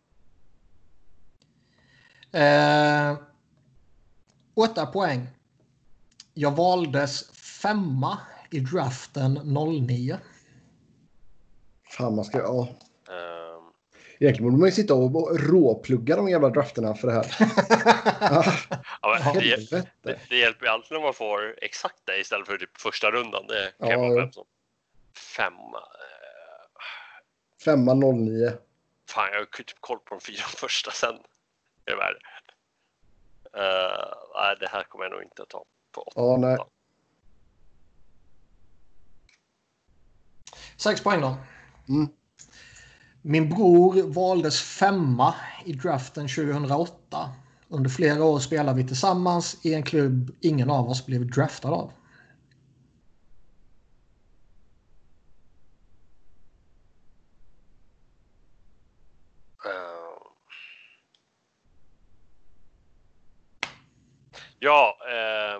Speaker 2: Eh, åtta poäng. Jag valdes femma i draften noll nio.
Speaker 1: Fan, man ska... Ja.
Speaker 3: Um,
Speaker 1: Egentligen borde man ju sitta och råplugga de jävla drafterna för det här.
Speaker 3: ja, men det,
Speaker 1: Helvete.
Speaker 3: det, det hjälper ju alltid när man får exakt det istället för typ första rundan. Det kan
Speaker 1: Ja,
Speaker 3: vara
Speaker 1: jo.
Speaker 3: vem som... Femma. eh,
Speaker 1: Femma noll nio.
Speaker 3: Fan, jag har ju typ koll på de fyra första sen. Det är värre. Uh, nej, det här kommer jag nog inte att ta på åtta.
Speaker 1: Ja, nej.
Speaker 2: Sex poäng då.
Speaker 1: Mm.
Speaker 2: Min bror valdes femma i draften tjugohundraåtta. Under flera år spelade vi tillsammans i en klubb ingen av oss blev draftad av.
Speaker 3: Uh, ja, uh,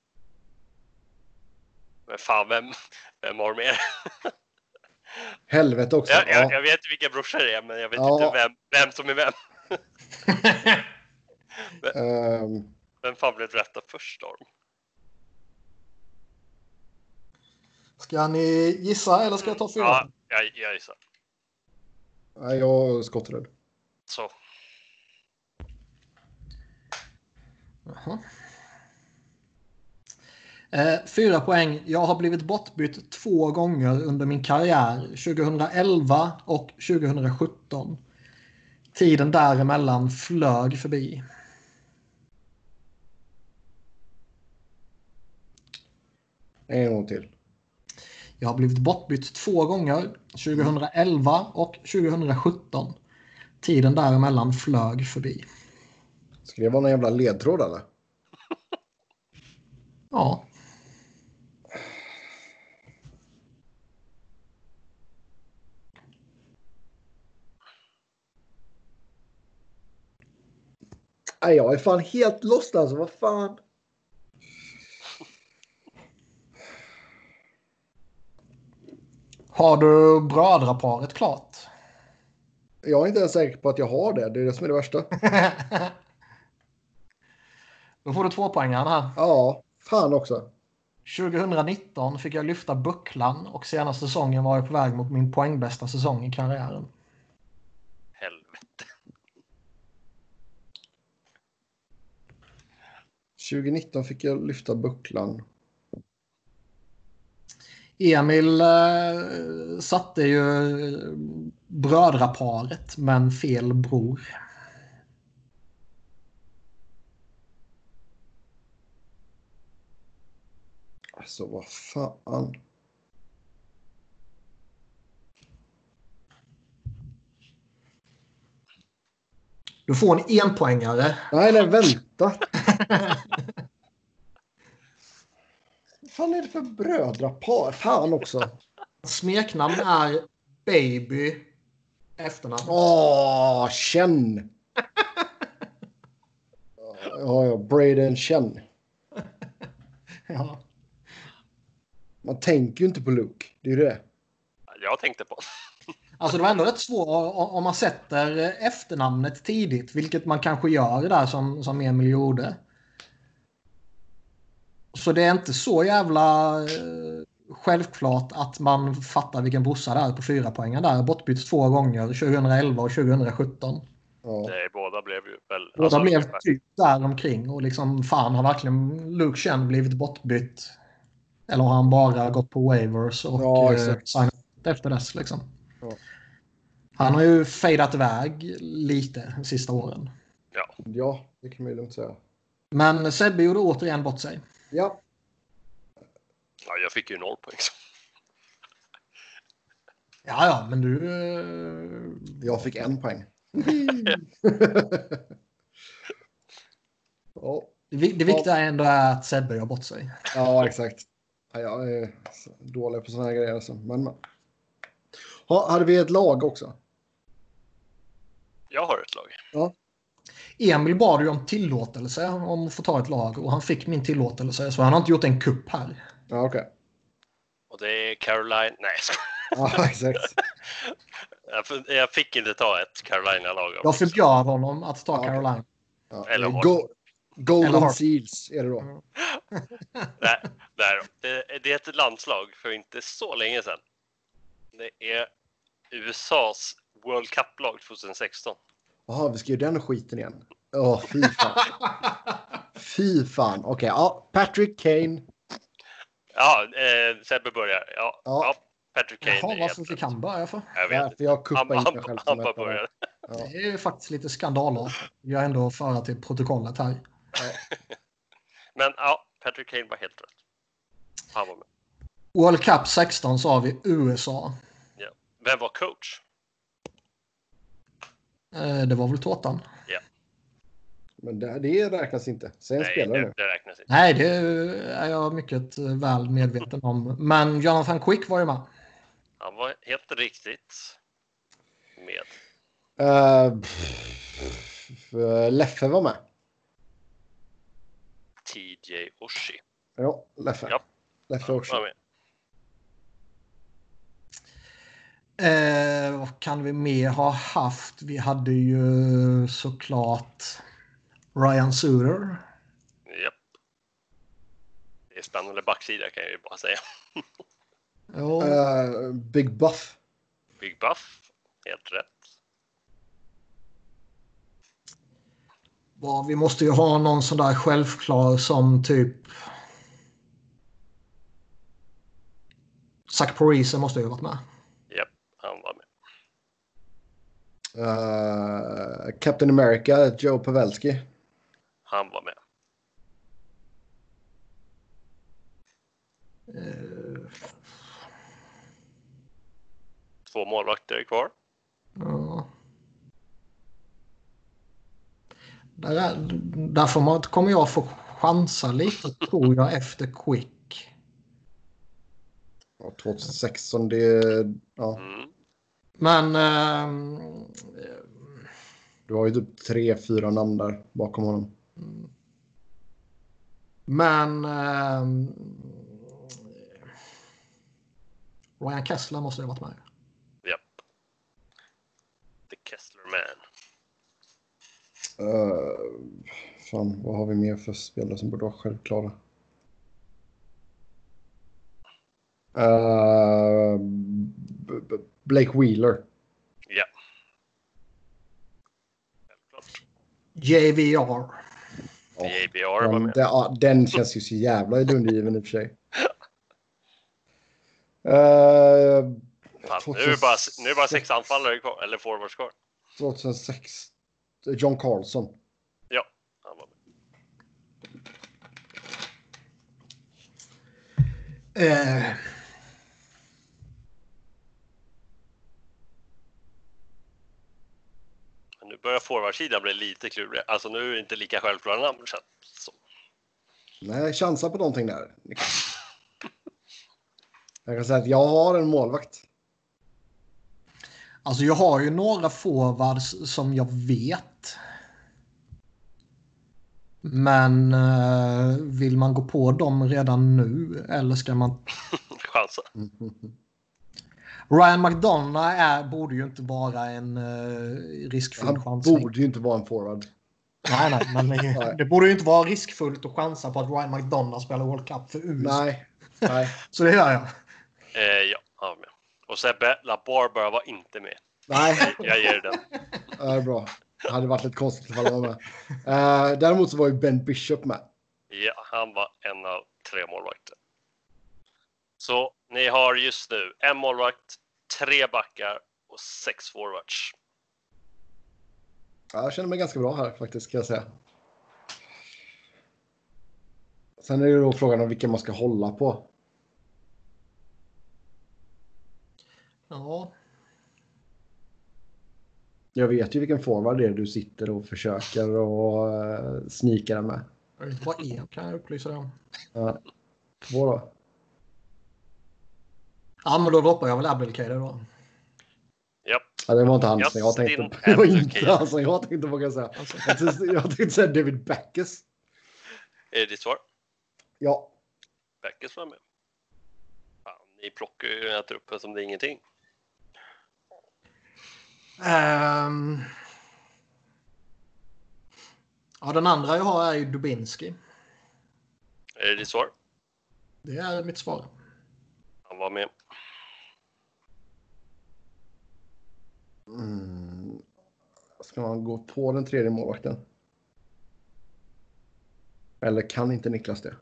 Speaker 3: men fan, vem, vem har mer?
Speaker 1: Helvete också.
Speaker 3: jag, jag,
Speaker 1: Ja.
Speaker 3: jag vet vilka brorsor det är, men jag vet
Speaker 1: Ja.
Speaker 3: inte vem, vem som är vem.
Speaker 1: Um,
Speaker 3: Vem fan blev rätta först då?
Speaker 2: Ska ni gissa eller ska jag ta fyra?
Speaker 3: Ja, jag, jag gissar.
Speaker 1: nej, jag är skotträdd.
Speaker 3: Så.
Speaker 2: Jaha. Eh, fyra poäng. Jag har blivit bortbytt två gånger under min karriär. tjugoelva och tjugosjutton. Tiden däremellan flög förbi.
Speaker 1: En gång till.
Speaker 2: Jag har blivit bortbytt två gånger. tjugoelva och tjugosjutton. Tiden däremellan flög förbi.
Speaker 1: Ska det vara någon jävla ledtråd eller?
Speaker 2: Ja.
Speaker 1: Nej, jag är fan helt lost alltså. Vad fan?
Speaker 2: Har du brödraparet klart?
Speaker 1: Jag är inte ens säker på att jag har det. Det är det som är det värsta.
Speaker 2: Då får du två poäng här.
Speaker 1: Ja, fan också.
Speaker 2: tjugonitton fick jag lyfta bucklan och senaste säsongen var jag på väg mot min poängbästa säsong i karriären.
Speaker 3: Helvete.
Speaker 1: tjugonitton fick jag lyfta bucklan.
Speaker 2: Emil eh, satte ju brödraparet men fel bror.
Speaker 1: Alltså vad fan.
Speaker 2: Du får en enpoängare.
Speaker 1: Nej, nej, vänta. Vad fan är det för brödrapar? Fan också.
Speaker 2: Smeknamn är Baby. Efternamn.
Speaker 1: Åh, känn. Ja, ja, Braden känn.
Speaker 2: Ja.
Speaker 1: Man tänker ju inte på Luke. Det är ju det.
Speaker 3: Jag tänkte på.
Speaker 2: Alltså det var ändå rätt svårt om man sätter efternamnet tidigt. Vilket man kanske gör där som, som Emil gjorde. Så det är inte så jävla eh, självklart att man fattar vilken brorsa det är på fyra poängen där. Bortbytt två gånger, tjugoelva och tjugosjutton.
Speaker 1: Ja.
Speaker 3: Nej, båda blev ju väl...
Speaker 2: Båda
Speaker 3: alltså,
Speaker 2: blev typ där omkring. Och liksom fan har verkligen Luke Chen blivit bortbytt. Eller har han bara gått på waivers och
Speaker 1: Ja,
Speaker 2: eh,
Speaker 1: exakt.
Speaker 2: signat efter dess liksom.
Speaker 1: Ja.
Speaker 2: Han har ju fejdat iväg lite de sista åren.
Speaker 3: Ja.
Speaker 1: Ja, det kan man ju lugnt säga.
Speaker 2: Men Sebbe gjorde återigen bort sig.
Speaker 1: Ja.
Speaker 3: Ja, jag fick ju noll poäng.
Speaker 2: Ja, ja, men du... eh,
Speaker 1: Jag fick en poäng. Ja.
Speaker 2: Det, vi- det viktiga är ändå är att Sebbe gör bort sig.
Speaker 1: Ja, exakt. Ja, jag är så dålig på såna här grejer. Alltså. Men, men. Ha, hade vi ett lag också?
Speaker 3: Jag har ett lag.
Speaker 1: Ja.
Speaker 2: Emil bad ju om tillåtelse om att få ta ett lag och han fick min tillåtelse så han har inte gjort en kupp här.
Speaker 1: Ja, okej. Okay.
Speaker 3: Och det är Caroline... Nej, jag skojar.
Speaker 1: Ja, exakt.
Speaker 3: Jag, jag fick inte ta ett Carolina-lag.
Speaker 2: Jag förbjöd honom att ta
Speaker 1: Ja, okej.
Speaker 2: Caroline.
Speaker 1: Ja.
Speaker 3: Eller har-
Speaker 1: Go- Golden
Speaker 2: Eller har-
Speaker 1: Seals är det då.
Speaker 2: Mm.
Speaker 3: Nej, nej, det, det är ett landslag för inte så länge sedan. Det är U S A:s World Cup-lag tjugohundrasexton.
Speaker 1: Jaha, vi ska göra den skiten igen. Åh, fy fan. Fy fan. Okej, okay, ja. Patrick Kane.
Speaker 3: Ja, eh, Sebbe börjar. Ja,
Speaker 1: Ja.
Speaker 3: ja. Patrick Kane.
Speaker 2: Jaha,
Speaker 3: är
Speaker 2: varför
Speaker 3: helt
Speaker 2: fick
Speaker 3: rätt.
Speaker 2: han börja för?
Speaker 3: Jag vet
Speaker 1: Ja,
Speaker 3: inte.
Speaker 1: för jag kuppar
Speaker 3: Han,
Speaker 1: in
Speaker 3: han,
Speaker 1: mig själv.
Speaker 3: han
Speaker 1: som
Speaker 3: bara
Speaker 1: ett-
Speaker 3: började.
Speaker 1: Ja.
Speaker 2: Det är ju faktiskt lite skandaler. Jag ändå föra till protokollet här.
Speaker 3: Men ja, Patrick Kane var helt rätt. Han var med.
Speaker 2: World Cup sexton sa vi U S A.
Speaker 3: Ja. Vem var coach?
Speaker 2: Eh, Det var väl Tårtan?
Speaker 1: Men det, det räknas inte. Sen
Speaker 3: Nej,
Speaker 1: spelar
Speaker 3: det,
Speaker 1: nu.
Speaker 3: det räknas inte.
Speaker 2: Nej, det är jag mycket väl medveten om. Men Jonathan Quick var ju med.
Speaker 3: Han var helt riktigt med.
Speaker 1: Uh, pff, uh, Leffe var med.
Speaker 3: T J Oshie.
Speaker 1: Ja, Leffe.
Speaker 3: Ja.
Speaker 1: Leffe också.
Speaker 3: Var med.
Speaker 2: Eh, vad kan vi mer ha haft? Vi hade ju såklart Ryan Suter.
Speaker 3: Japp. Det är spännande backsida kan jag ju bara säga.
Speaker 2: Jo.
Speaker 1: Uh, Big Buff.
Speaker 3: Big Buff. Helt rätt.
Speaker 2: Ja, vi måste ju ha någon sån där självklar som typ... Zach Parise måste ju ha varit med.
Speaker 3: Japp, han var med.
Speaker 1: Uh, Captain America, Joe Pavelski.
Speaker 3: Han var med.
Speaker 2: Uh,
Speaker 3: Två målvakter är kvar.
Speaker 2: ja. Där, därför kommer jag få chansa lite, tror jag, efter Quick.
Speaker 1: Ja, tjugohundrasexton, det... Ja.
Speaker 3: Mm.
Speaker 2: Men... Uh,
Speaker 1: Du har ju typ tre, fyra namn där bakom honom.
Speaker 2: Men... Uh, Ryan Kessler måste ju ha varit med.
Speaker 3: Japp. The Kessler Man.
Speaker 1: Uh, fan, vad har vi mer för spelare som borde vara självklara? Uh, B- B- Blake Wheeler.
Speaker 3: Ja. Självklart.
Speaker 2: J V R.
Speaker 3: J B R var
Speaker 1: Den,
Speaker 3: med.
Speaker 1: den, ja, den känns ju så jävla dundergiven i och för sig. Uh,
Speaker 3: Fan, nu, är det bara, nu är det bara sex anfallare kvar, eller forwards kvar.
Speaker 1: tjugohundrasex. John Carlson.
Speaker 3: Ja, han var med.
Speaker 2: Uh,
Speaker 3: Nu börjar forwardsidan bli lite klurig. Alltså nu är det inte lika självklara namn. Så.
Speaker 1: Nej, chansa på någonting där. Jag kan säga att jag har en målvakt.
Speaker 2: Alltså jag har ju några forwards som jag vet. Men uh, vill man gå på dem redan nu eller ska man...
Speaker 3: Chansa.
Speaker 2: Ryan McDonough är, borde ju inte vara en uh, riskfylld
Speaker 1: Han
Speaker 2: chansning.
Speaker 1: borde ju inte vara en forward.
Speaker 2: Nej, nej, men det, det borde ju inte vara riskfullt att chansa på att Ryan McDonough spelar World Cup för U S A.
Speaker 1: Nej, nej.
Speaker 2: Så det gör jag.
Speaker 3: Eh, ja, han var med. Och Sebbe LaBarbera var inte med.
Speaker 1: Nej,
Speaker 3: Jag ger den.
Speaker 1: det är bra. Det hade varit lite konstigt ifall han var med. Uh, däremot så var ju Ben Bishop med.
Speaker 3: Ja, han var en av tre målvakter. Så ni har just nu en målvakt, tre backar och sex forwards.
Speaker 1: Ja, jag känner mig ganska bra här faktiskt, ska jag säga. Sen är det då frågan om vilken man ska hålla på.
Speaker 2: Ja.
Speaker 1: Jag vet ju vilken forward det är du sitter och försöker och uh, snika med.
Speaker 2: Jag vet inte vad är, kan jag upplysa dig om.
Speaker 1: Ja. Två då.
Speaker 2: Ja, men då droppar jag väl Abdelkader då.
Speaker 3: Japp.
Speaker 1: Ja, det var inte han som jag
Speaker 3: Justin
Speaker 1: tänkte på. Det var inte
Speaker 3: Abdelkader.
Speaker 1: han som jag tänkte på, kan jag säga. Jag tänkte, jag tänkte säga David Backes.
Speaker 3: Är det ditt svar?
Speaker 1: Ja.
Speaker 3: Backes var med. Fan, ni plockar ju den här truppen som det är ingenting.
Speaker 2: Um... Ja, den andra jag har är ju Dubinski.
Speaker 3: Är det ditt svar?
Speaker 2: Det är mitt svar.
Speaker 3: Han var med.
Speaker 1: Mm. Ska man gå på den tredje målvakten? Eller kan inte Niklas det?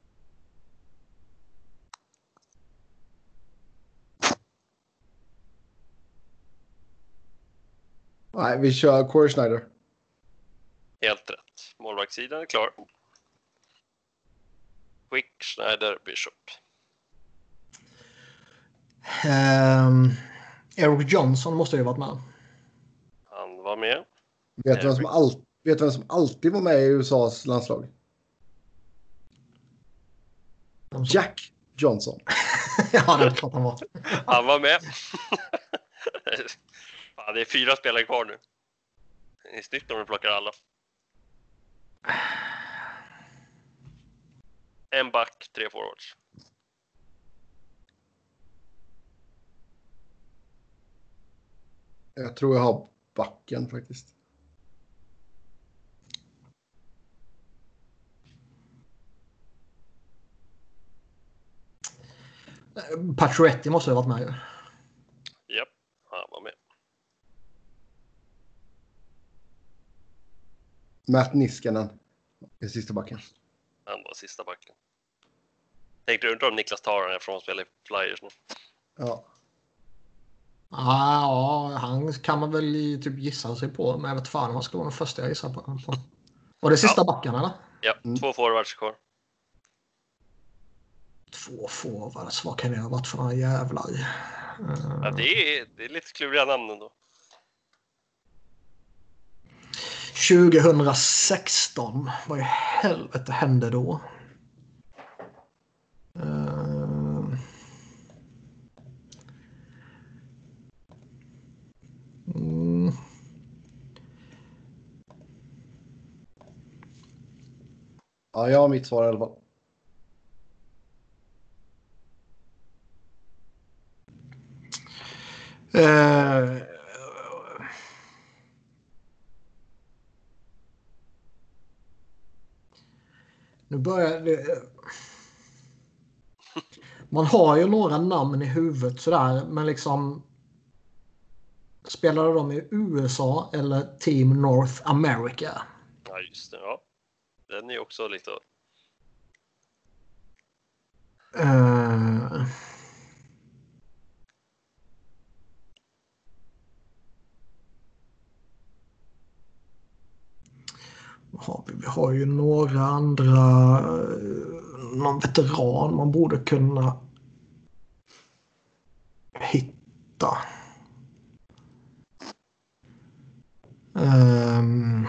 Speaker 1: Nej, vi kör Corey Schneider.
Speaker 3: Helt rätt. Målvaktssidan är klar. Quick, Schneider, Bishop.
Speaker 2: Um... Eric Johnson måste ju varit med.
Speaker 3: Han var med.
Speaker 1: Vet du vem som, all... Vet vem som alltid var med i U S A:s landslag? Jack Johnson.
Speaker 2: Ja, det är klart han var.
Speaker 3: Han var med. Fan, det är fyra spelare kvar nu. Det är snyggt om du plockar alla. En back, tre forwards.
Speaker 1: Jag tror jag har backen faktiskt.
Speaker 2: Pacioretty måste ha varit med ju.
Speaker 3: Japp, han var med.
Speaker 1: Matt Niskanen är sista backen.
Speaker 3: Han var sista backen. Tänkte du undra om Niklas tar den eftersom han spelar i Flyers nu?
Speaker 1: Ja.
Speaker 2: Ah, ja, han kan man väl typ gissa sig på. Men jag vet fan om han skulle vara den första jag gissar på. Och det sista
Speaker 3: Ja.
Speaker 2: backen, eller?
Speaker 3: Ja,
Speaker 1: Mm.
Speaker 3: två forwards kvar.
Speaker 2: Två forwards, vad kan det ha varit för några jävlar? Uh...
Speaker 3: Ja, det, är, det är lite kluriga namn ändå.
Speaker 2: tjugohundrasexton, vad i helvete hände då? Uh... Mm.
Speaker 1: Ja, jag har mitt svar i alla fall.
Speaker 2: Uh... Nu börjar det... Man har ju några namn i huvudet sådär, men liksom spelar de i U S A eller Team North America?
Speaker 3: Ja, just det. Ja. Den är också lite...
Speaker 2: Uh... Har vi? vi har ju några andra, någon veteran man borde kunna hitta. Um...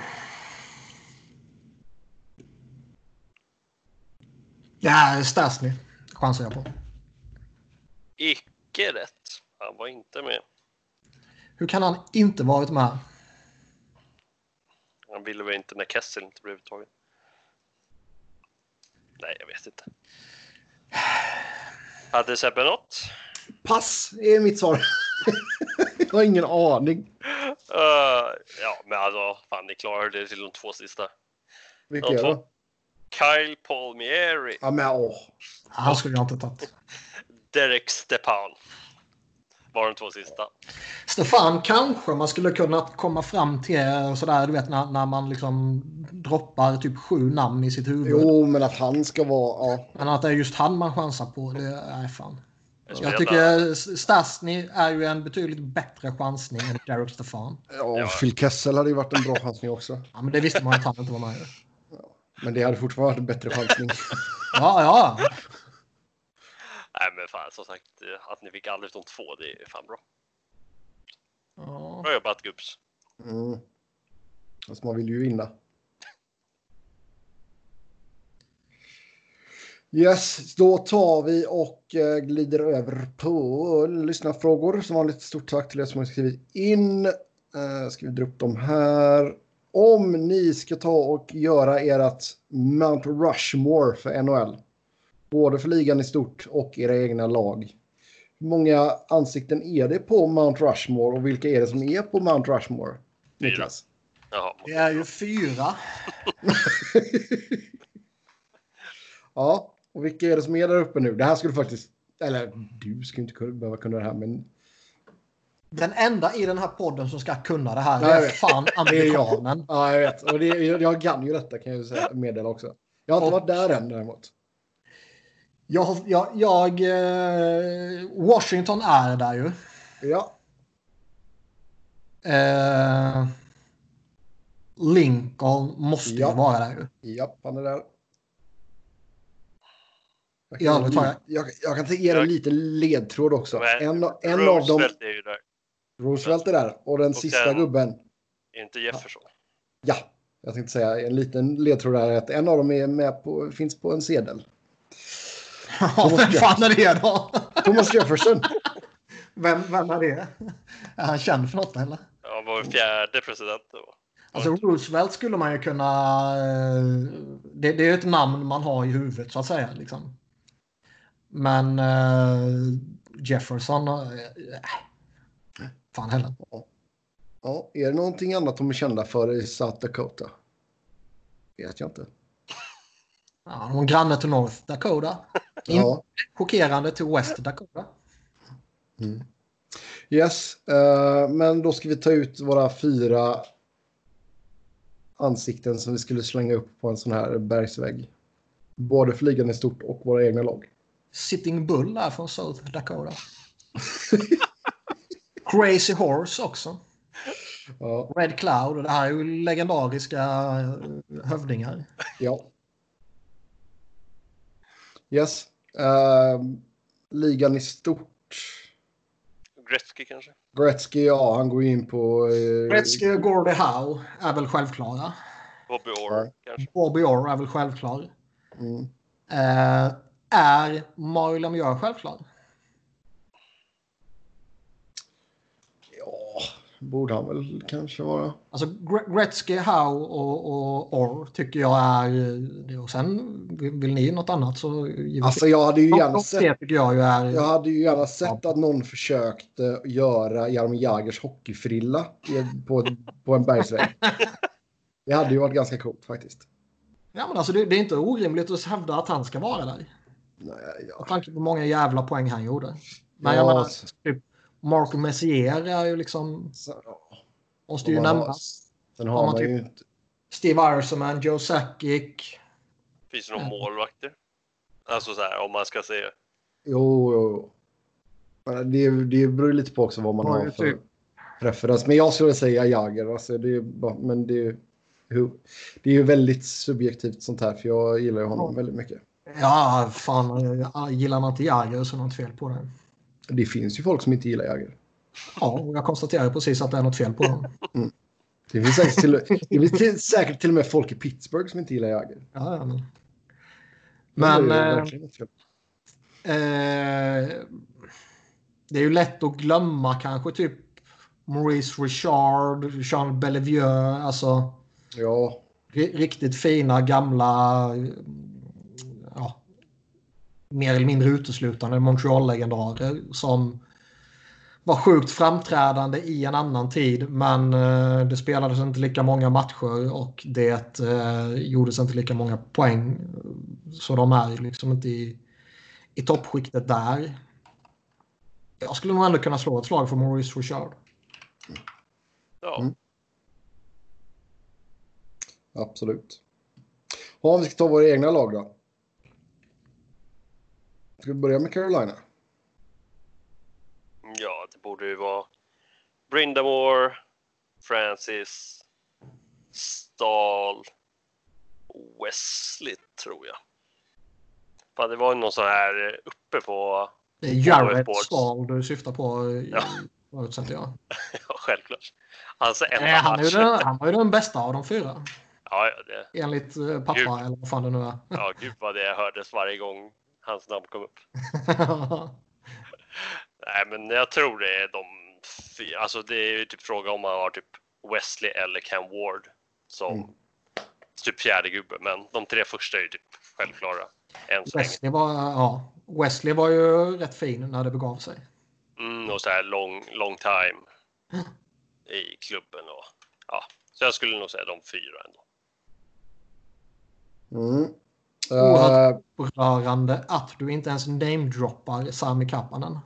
Speaker 2: Ja, Stasny chansar jag på.
Speaker 3: Icke rätt. Han var inte med.
Speaker 2: Hur kan han inte varit med?
Speaker 3: Han ville väl inte när Kessel inte blev uttagen. Nej, jag vet inte. Hade Sebbe något?
Speaker 1: Pass är mitt svar. Jag har ingen aning.
Speaker 3: Uh, ja, men alltså, fan, ni klarade det till de två sista.
Speaker 1: Vilka
Speaker 3: De
Speaker 1: är
Speaker 3: två.
Speaker 1: det?
Speaker 3: Kyle Palmieri.
Speaker 1: Ja, men åh.
Speaker 2: Han skulle jag inte tagit.
Speaker 3: Derek Stepan. Var de två sista.
Speaker 2: Stefan, kanske man skulle kunna komma fram till sådär, du vet, när, när man liksom droppar typ sju namn i sitt huvud.
Speaker 1: Jo, men att han ska vara... Ja.
Speaker 2: Men att det är just han man chansar på, det är fan.
Speaker 3: Jag
Speaker 2: Jag tycker Stasny är ju en betydligt bättre chansning än Derek Stefan.
Speaker 1: Ja,
Speaker 3: Ja.
Speaker 1: Phil Kessel hade ju varit en bra chansning också.
Speaker 2: Ja, men det visste man att han inte var med.
Speaker 1: Men det hade fortfarande varit en bättre chansning.
Speaker 2: Ja, ja.
Speaker 3: Nej, men fan, som sagt, att ni fick alla utom två, det är fan bra.
Speaker 2: Ja.
Speaker 3: Bra jobbat, gubbs.
Speaker 1: Mm. Alltså, man vill ju vinna. Yes, då tar vi och eh, glider över på lyssnarfrågor. Som vanligt, stort tack till er som har skrivit in. Eh, ska vi dra upp dem här. Om ni ska ta och göra ert Mount Rushmore för N H L. Både för ligan i stort och era egna lag. Hur många ansikten är det på Mount Rushmore och vilka är det som är på Mount Rushmore?
Speaker 3: Fyra.
Speaker 1: Niklas?
Speaker 3: Jaha.
Speaker 2: Det är ju fyra.
Speaker 1: Ja, och vilka är det som är där uppe nu? Det här skulle faktiskt... Eller, du ska inte kunna, behöva kunna det här, men...
Speaker 2: Den enda i den här podden som ska kunna det här,
Speaker 1: Nej,
Speaker 2: det
Speaker 1: jag
Speaker 2: är
Speaker 1: vet.
Speaker 2: fan
Speaker 1: Det är jag.
Speaker 2: amerikanen.
Speaker 1: Ja, jag vet. Och det, jag, jag kan ju detta, kan jag ju säga, meddela också. Jag har inte
Speaker 2: Och-
Speaker 1: varit där än däremot.
Speaker 2: Jag, har- jag, jag eh, Washington är där ju.
Speaker 1: Ja,
Speaker 2: Eh, Lincoln måste
Speaker 1: Ja.
Speaker 2: ju vara där ju.
Speaker 1: ja, han är där. Jag
Speaker 2: Ja,
Speaker 1: kan,
Speaker 2: det tar jag.
Speaker 1: jag, jag kan ge er en liten ledtråd också.
Speaker 3: Men
Speaker 1: En, en av dem,
Speaker 3: Roosevelt är ju där.
Speaker 1: Roosevelt är där. Och den
Speaker 3: Och
Speaker 1: sista
Speaker 3: sen-
Speaker 1: gubben,
Speaker 3: Är inte Jefferson?
Speaker 1: ja, jag tänkte säga en liten ledtråd där. Att en av dem är med på, finns på en sedel.
Speaker 2: Ja, vem fan är det då?
Speaker 1: Thomas Jefferson.
Speaker 2: Vem, vem är det? Är han känd för något eller?
Speaker 3: Ja, var fjärde president då.
Speaker 2: Alltså Roosevelt skulle man ju kunna... eh, Det, det är ett namn man har i huvudet så att säga. Liksom. Men uh, Jefferson... Uh, fan heller.
Speaker 1: Ja, är det någonting annat de är kända för i South Dakota? Vet jag inte.
Speaker 2: Ja, någon granne till North Dakota.
Speaker 1: Ja.
Speaker 2: Inte chockerande till West Dakota.
Speaker 1: Mm. Yes, eh, men då ska vi ta ut våra fyra ansikten som vi skulle slänga upp på en sån här bergsvägg. Både flygande stort och våra egna lag.
Speaker 2: Sitting Bull är från South Dakota. Crazy Horse också.
Speaker 1: Ja.
Speaker 2: Red Cloud. Och det här är ju legendariska hövdingar.
Speaker 1: Ja. Yes. Uh, ligan i stort.
Speaker 3: Gretzky kanske?
Speaker 1: Gretzky, ja. Han går in på... Uh,
Speaker 2: Gretzky och Gordie Howe är väl självklara.
Speaker 3: Bobby Orr
Speaker 1: ja.
Speaker 3: kanske?
Speaker 2: Bobby Orr är väl självklar.
Speaker 1: Mm.
Speaker 2: Uh, är Mario Lemieux självklar?
Speaker 1: Ja, borde han väl kanske vara.
Speaker 2: Alltså Gretzky, Howe och, och Orr tycker jag är det. Och sen vill ni något annat så givetvis.
Speaker 1: Alltså jag hade ju gärna sett,
Speaker 2: tycker jag, ju är,
Speaker 1: jag hade ju gärna sett att någon försökte göra Jaromir Jagrs hockeyfrilla på, på en bergsväg. Det hade ju varit ganska coolt faktiskt.
Speaker 2: Ja, men alltså det, det är inte orimligt att hävda att han ska vara där.
Speaker 1: Nej, ja.
Speaker 2: Med tanke på många jävla poäng han gjorde. Men
Speaker 1: ja,
Speaker 2: jag menar, typ Marco Messier är ju liksom...
Speaker 1: Så, ja.
Speaker 2: Måste ju nämnas.
Speaker 1: Sen har man, man typ, ju inte...
Speaker 2: Steve Yzerman, Joe Sakic.
Speaker 3: Finns det några mm. målvakter? Alltså så här, om man ska se.
Speaker 1: Jo, jo. Det, det beror lite på också vad man ja, har för typ. preferens. Men jag skulle säga Jagr. Alltså det är bara, men det är, det är ju väldigt subjektivt sånt här. För jag gillar ju honom ja. väldigt mycket.
Speaker 2: Ja, fan. Jag gillar man inte Jagr så är det något fel på det.
Speaker 1: Det finns ju folk som inte gillar Jagr.
Speaker 2: Ja, och jag konstaterar precis att det är något fel på dem. Mm.
Speaker 1: Det finns säkert till, det finns till, säkert till och med folk i Pittsburgh som inte gillar Jagr.
Speaker 2: Ja, ja, men... Men... Är eh, eh, det är ju lätt att glömma kanske typ Maurice Richard, Jean Belivieux, alltså...
Speaker 1: Ja.
Speaker 2: Riktigt fina, gamla... Ja, mer eller mindre uteslutande Montreal-legendarer som var sjukt framträdande i en annan tid, men eh, det spelades inte lika många matcher och det eh, gjordes inte lika många poäng, så de är liksom inte i, i toppskiktet där. Jag skulle nog ändå kunna slå ett slag för Maurice Richard.
Speaker 3: Ja.
Speaker 1: Mm. Absolut. Ja, vi ska ta våra egna lag då. Ska vi börja med Carolina?
Speaker 3: Ja, det borde ju vara Brindamore, Francis, Stahl, Wesley tror jag. Fan, det var ju någon sån här uppe på...
Speaker 2: Det är Jared Stahl du syftar på,
Speaker 3: ja.
Speaker 2: Förutsätter jag.
Speaker 3: Ja, självklart. Alltså,
Speaker 2: Nej, han, är den, han var ju den bästa av de fyra.
Speaker 3: Ja, ja det...
Speaker 2: Enligt pappa gud. Eller vad fan det nu är.
Speaker 3: Ja, gud vad det hördes varje gång hans namn kom upp. Nej, men jag tror det är de fyra. Alltså det är ju typ fråga om man har typ Wesley eller Cam Ward som mm. typ fjärde gubbe. Men de tre första är ju typ självklara.
Speaker 2: Wesley var, ja, Wesley var ju rätt fin när det begav sig.
Speaker 3: Mm, och så här long, long time mm. i klubben. Och, ja. Så jag skulle nog säga de fyra ändå.
Speaker 1: Mm.
Speaker 2: Oerhört upprörande att du inte ens namedroppar Sami Kapanen.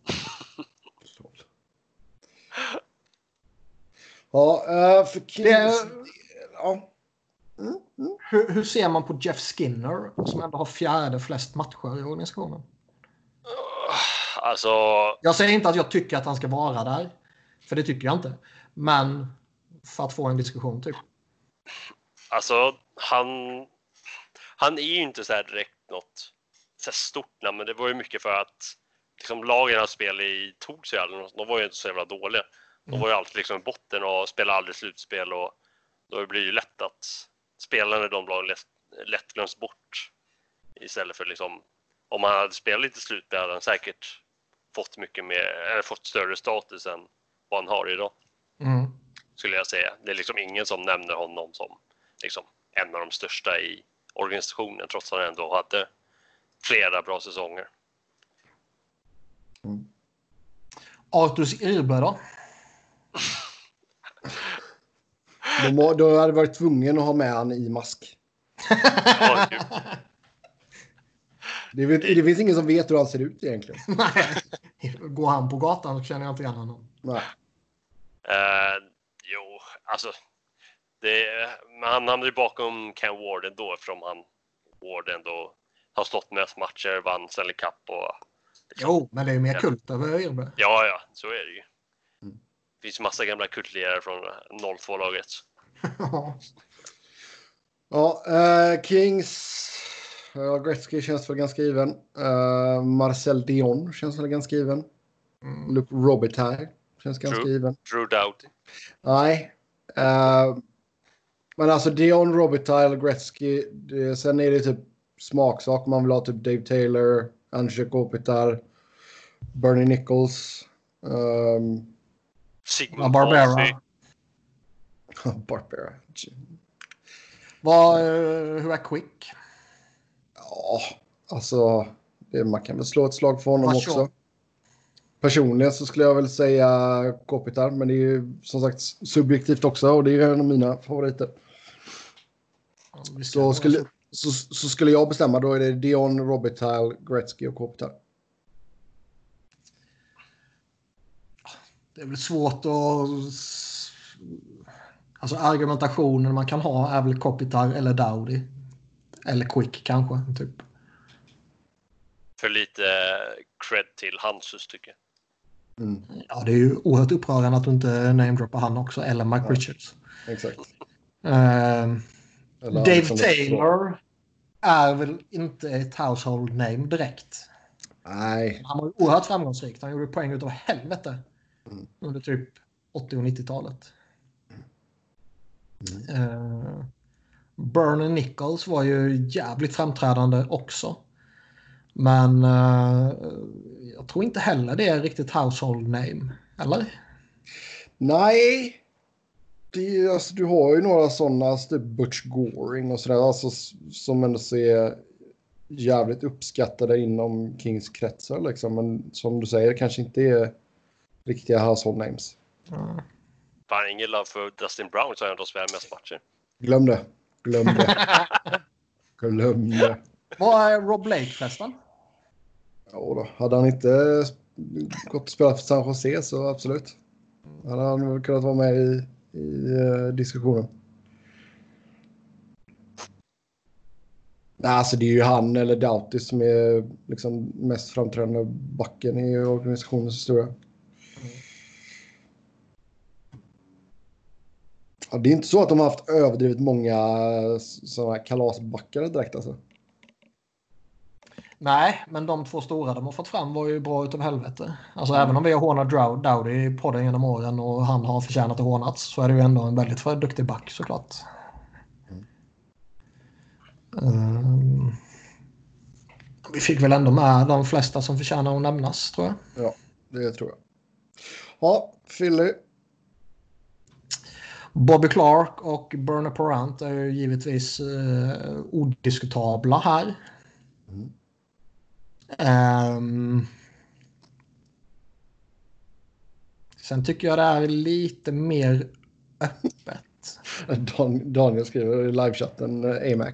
Speaker 1: Ja, för Kings... Ja.
Speaker 2: Mm, mm. Hur, hur ser man på Jeff Skinner som ändå har fjärde flest matcher i organisationen?
Speaker 3: Alltså...
Speaker 2: Jag säger inte att jag tycker att han ska vara där. För det tycker jag inte. Men för att få en diskussion typ.
Speaker 3: Alltså, han... Han är ju inte så här direkt något så här stort namn, men det var ju mycket för att liksom, lagen han spelade i tog sig aldrig. De var ju inte så jävla dåliga. De var ju alltid liksom i botten och spelade aldrig slutspel, och då blir det ju lätt att spelarna i de lagen lätt, lätt glöms bort. Istället för liksom, om han hade spelat lite slutspel hade han säkert fått mycket mer, eller fått större status än vad han har idag.
Speaker 2: Mm.
Speaker 3: Skulle jag säga. Det är liksom ingen som nämner honom som liksom en av de största i organisationen, trots att han ändå hade flera bra säsonger.
Speaker 2: Mm. Artus Irbe då?
Speaker 1: Då, då hade varit tvungen att ha med han i mask.
Speaker 3: Ja,
Speaker 1: det, vet, det finns ingen som vet hur han ser ut egentligen.
Speaker 2: Nej. Går han på gatan så känner jag inte igen honom.
Speaker 1: Nej.
Speaker 3: Uh, jo, alltså Det, men han hamnade ju bakom Ken Ward ändå eftersom han Ward ändå har stått mest matcher, vann Stanley Cup och...
Speaker 2: Liksom, jo, men det är mer kult över Irbe.
Speaker 3: Ja, ja, så är det ju. Mm. Det finns massa gamla kultlirare från noll två-laget.
Speaker 1: Ja, uh, Kings... Uh, Gretzky känns väl ganska given. Uh, Marcel Dion känns väl ganska given. Mm. Luke Robitaille känns ganska
Speaker 3: Drew,
Speaker 1: given.
Speaker 3: Drew Doughty.
Speaker 1: Nej. Uh, men alltså Dion, Robitaille, Gretzky. Det, sen är det typ smaksak. Man vill ha typ Dave Taylor, Andrzej Kopitar, Bernie Nichols. Um,
Speaker 3: Sigmund
Speaker 2: Barbera.
Speaker 1: Barbera.
Speaker 2: Vad, uh, hur är Quick?
Speaker 1: Ja, alltså det, man kan väl slå ett slag för honom
Speaker 2: Vad
Speaker 1: också.
Speaker 2: så?
Speaker 1: Personligen så skulle jag väl säga Kopitar, men det är ju som sagt subjektivt också och det är ju en av mina favoriter. Ja, så, skulle, så, så skulle jag bestämma, då är det Dion, Robitaille, Gretzky och Kopitar.
Speaker 2: Det är väl svårt att... Alltså argumentationen man kan ha är väl Kopitar eller Doughty. Eller Quick kanske, typ.
Speaker 3: För lite cred till Hansus tycker jag.
Speaker 1: Mm.
Speaker 2: Ja, det är ju oerhört upprörande att du inte namedroppar han också, eller Mike ja, Richards.
Speaker 1: Exakt.
Speaker 2: Uh, Dave Taylor är väl inte ett household name direkt.
Speaker 1: Nej.
Speaker 2: Han var oerhört framgångsrik. Han gjorde poäng utav helvete mm. under typ åttio- och nittiotalet. Mm. Uh, Bernie Nichols var ju jävligt framträdande också. Men uh, jag tror inte heller det är riktigt household name. Eller?
Speaker 1: Nej. Det, alltså, du har ju några sådana, typ Butch Goring och sådär. Alltså, som ändå ser jävligt uppskattade inom Kings kretsar. Liksom. Men som du säger, kanske inte är riktiga household names.
Speaker 2: Mm.
Speaker 3: Fan, ingen love för Dustin Brown så har han då spelat mest matcher.
Speaker 1: Glöm det. Glöm det. Glöm det.
Speaker 2: Vad är Rob Blake förresten?
Speaker 1: Ja då. Hade han inte gått och spelat för San Jose så absolut. Hade han väl kunnat vara med i, i uh, diskussionen. Nej, alltså det är ju han eller Doughty som är liksom mest framträdande backen i organisationens historia. Mm. Ja, det är inte så att de har haft överdrivet många sådana här kalasbackare direkt alltså.
Speaker 2: Nej, men de två stora de har fått fram var ju bra utav helvete. Alltså mm. även om vi har hånat Doughty på den genom åren och han har förtjänat att hånats så är det ju ändå en väldigt för duktig back såklart. Mm. Um, vi fick väl ändå med de flesta som förtjänar att nämnas tror jag.
Speaker 1: Ja, det tror jag. Ja, Philly.
Speaker 2: Bobby Clark och Bernie Parent är ju givetvis eh, odiskutabla här. Mm. Um, sen tycker jag det är lite mer öppet.
Speaker 1: Dan, Daniel skriver i livechatten uh, A Mac.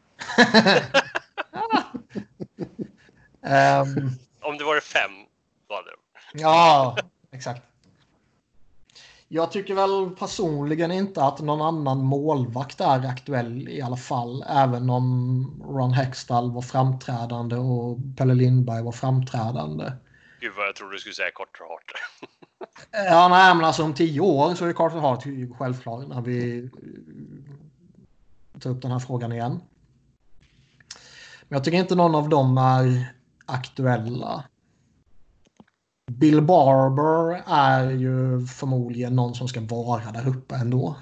Speaker 2: um,
Speaker 3: Om det var det fem var det.
Speaker 2: Ja, exakt. Jag tycker väl personligen inte att någon annan målvakt är aktuell i alla fall. Även om Ron Hextall var framträdande och Pelle Lindberg var framträdande.
Speaker 3: Gud vad jag trodde du skulle säga Carter Hart.
Speaker 2: Ja, nej, men alltså om tio år så är Carter Hart självklar när vi tar upp den här frågan igen. Men jag tycker inte någon av dem är aktuella. Bill Barber är ju förmodligen någon som ska vara där uppe ändå.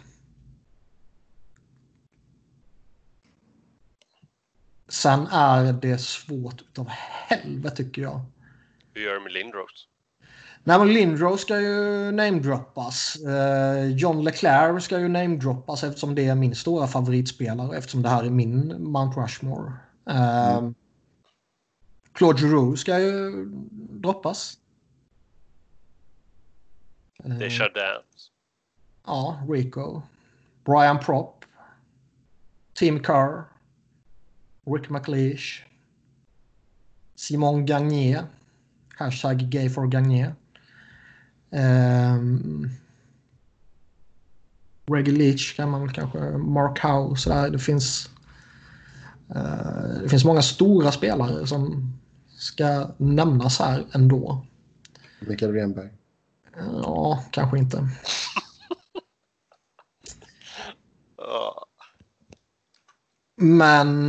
Speaker 2: Sen är det svårt utav helvete tycker jag.
Speaker 3: Hur gör du med Lindros?
Speaker 2: Nej, men Lindros ska ju namedroppas. Uh, John Leclerc ska ju namedroppas eftersom det är min stora favoritspelare. Eftersom det här är min Mount Rushmore. Uh, mm. Claude Giroux ska ju droppas.
Speaker 3: Det är Chardins.
Speaker 2: Ja, Rico. Brian Propp. Tim Kerr. Rick McLeish. Simon Gagné. Hashtag gay for Gagné. Um, Reggie Leach kan man väl kanske, Mark Howe, sådär. Det finns uh, det finns många stora spelare som ska nämnas här ändå.
Speaker 1: Mikael Renberg.
Speaker 2: Ja, kanske inte. Men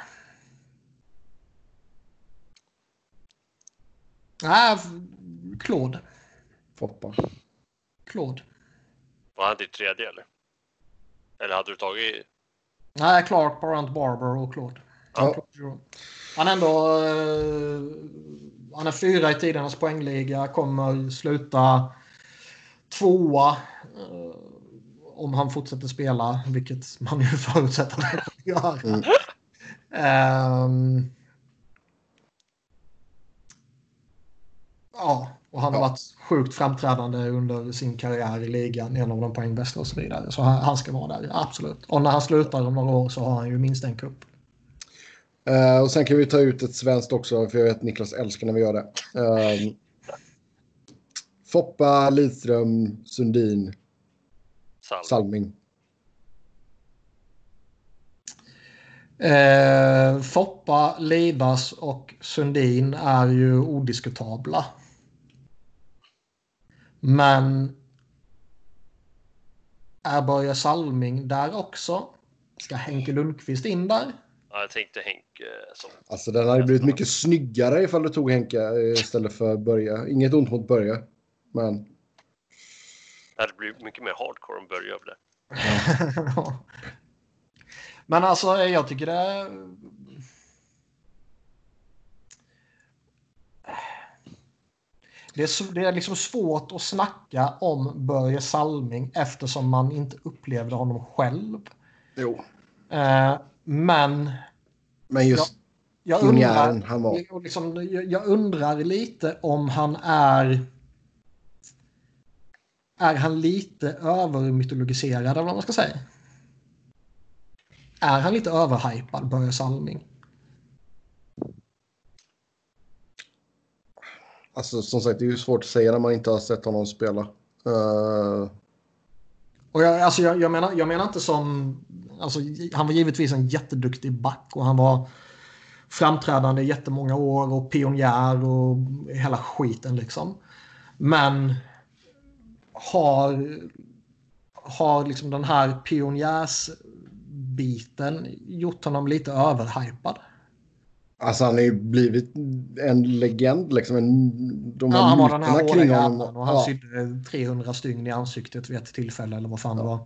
Speaker 2: nej, Claude.
Speaker 1: Foppa.
Speaker 2: Claude.
Speaker 3: Var han ditt tredje eller? Eller hade du tagit...
Speaker 2: Nej, Clark, Barant, Barber och Claude.
Speaker 1: Ja.
Speaker 2: Han är ändå uh, han är fyra i tidernas poängliga, kommer sluta tvåa uh, om han fortsätter spela, vilket man ju förutsätter att han kommer göra. Mm. Um, ja, och han har
Speaker 1: ja.
Speaker 2: varit sjukt framträdande under sin karriär i ligan, en av de poängbästa och så vidare. Så han, han ska vara där, absolut. Och när han slutar om några år så har han ju minst en cup.
Speaker 1: Uh, och sen kan vi ta ut ett svenskt också, för jag vet att Niklas älskar när vi gör det. Uh, Foppa, Lidström, Sundin,
Speaker 3: Salm.
Speaker 1: Salming.
Speaker 2: Uh, Foppa, Livas och Sundin är ju odiskutabla. Men är Börje Salming där också? Ska Henke Lundqvist in där?
Speaker 3: Ja, jag tänkte Henke som...
Speaker 1: Alltså den hade blivit mycket snyggare ifall du tog Henke istället för Börje. Inget ont mot Börje, men...
Speaker 3: Det hade blivit mycket mer hardcore om Börje över det.
Speaker 2: Ja. Men alltså, jag tycker det... Det är, så, det är liksom svårt att snacka om Börje Salming eftersom man inte upplevde honom själv.
Speaker 1: Jo.
Speaker 2: Eh, men...
Speaker 1: Men just
Speaker 2: jag, jag, undrar, han var. Liksom, jag, jag undrar lite om han är... Är han lite övermytologiserad, eller vad man ska säga? Är han lite överhypad, Börje Salming?
Speaker 1: Alltså som sagt, det är ju svårt att säga när man inte har sett honom spela. Uh...
Speaker 2: Och jag, alltså, jag, jag, menar, jag menar inte som... Alltså, han var givetvis en jätteduktig back och han var framträdande i jättemånga år och pionjär och hela skiten liksom. Men har, har liksom den här pionjärsbiten gjort honom lite överhypad?
Speaker 1: Alltså han har ju blivit en legend liksom. En, de
Speaker 2: ja, han var den här hårda jävlan och han
Speaker 1: ja.
Speaker 2: sydde trehundra stygn i ansiktet vid ett tillfälle eller vad fan ja. det var.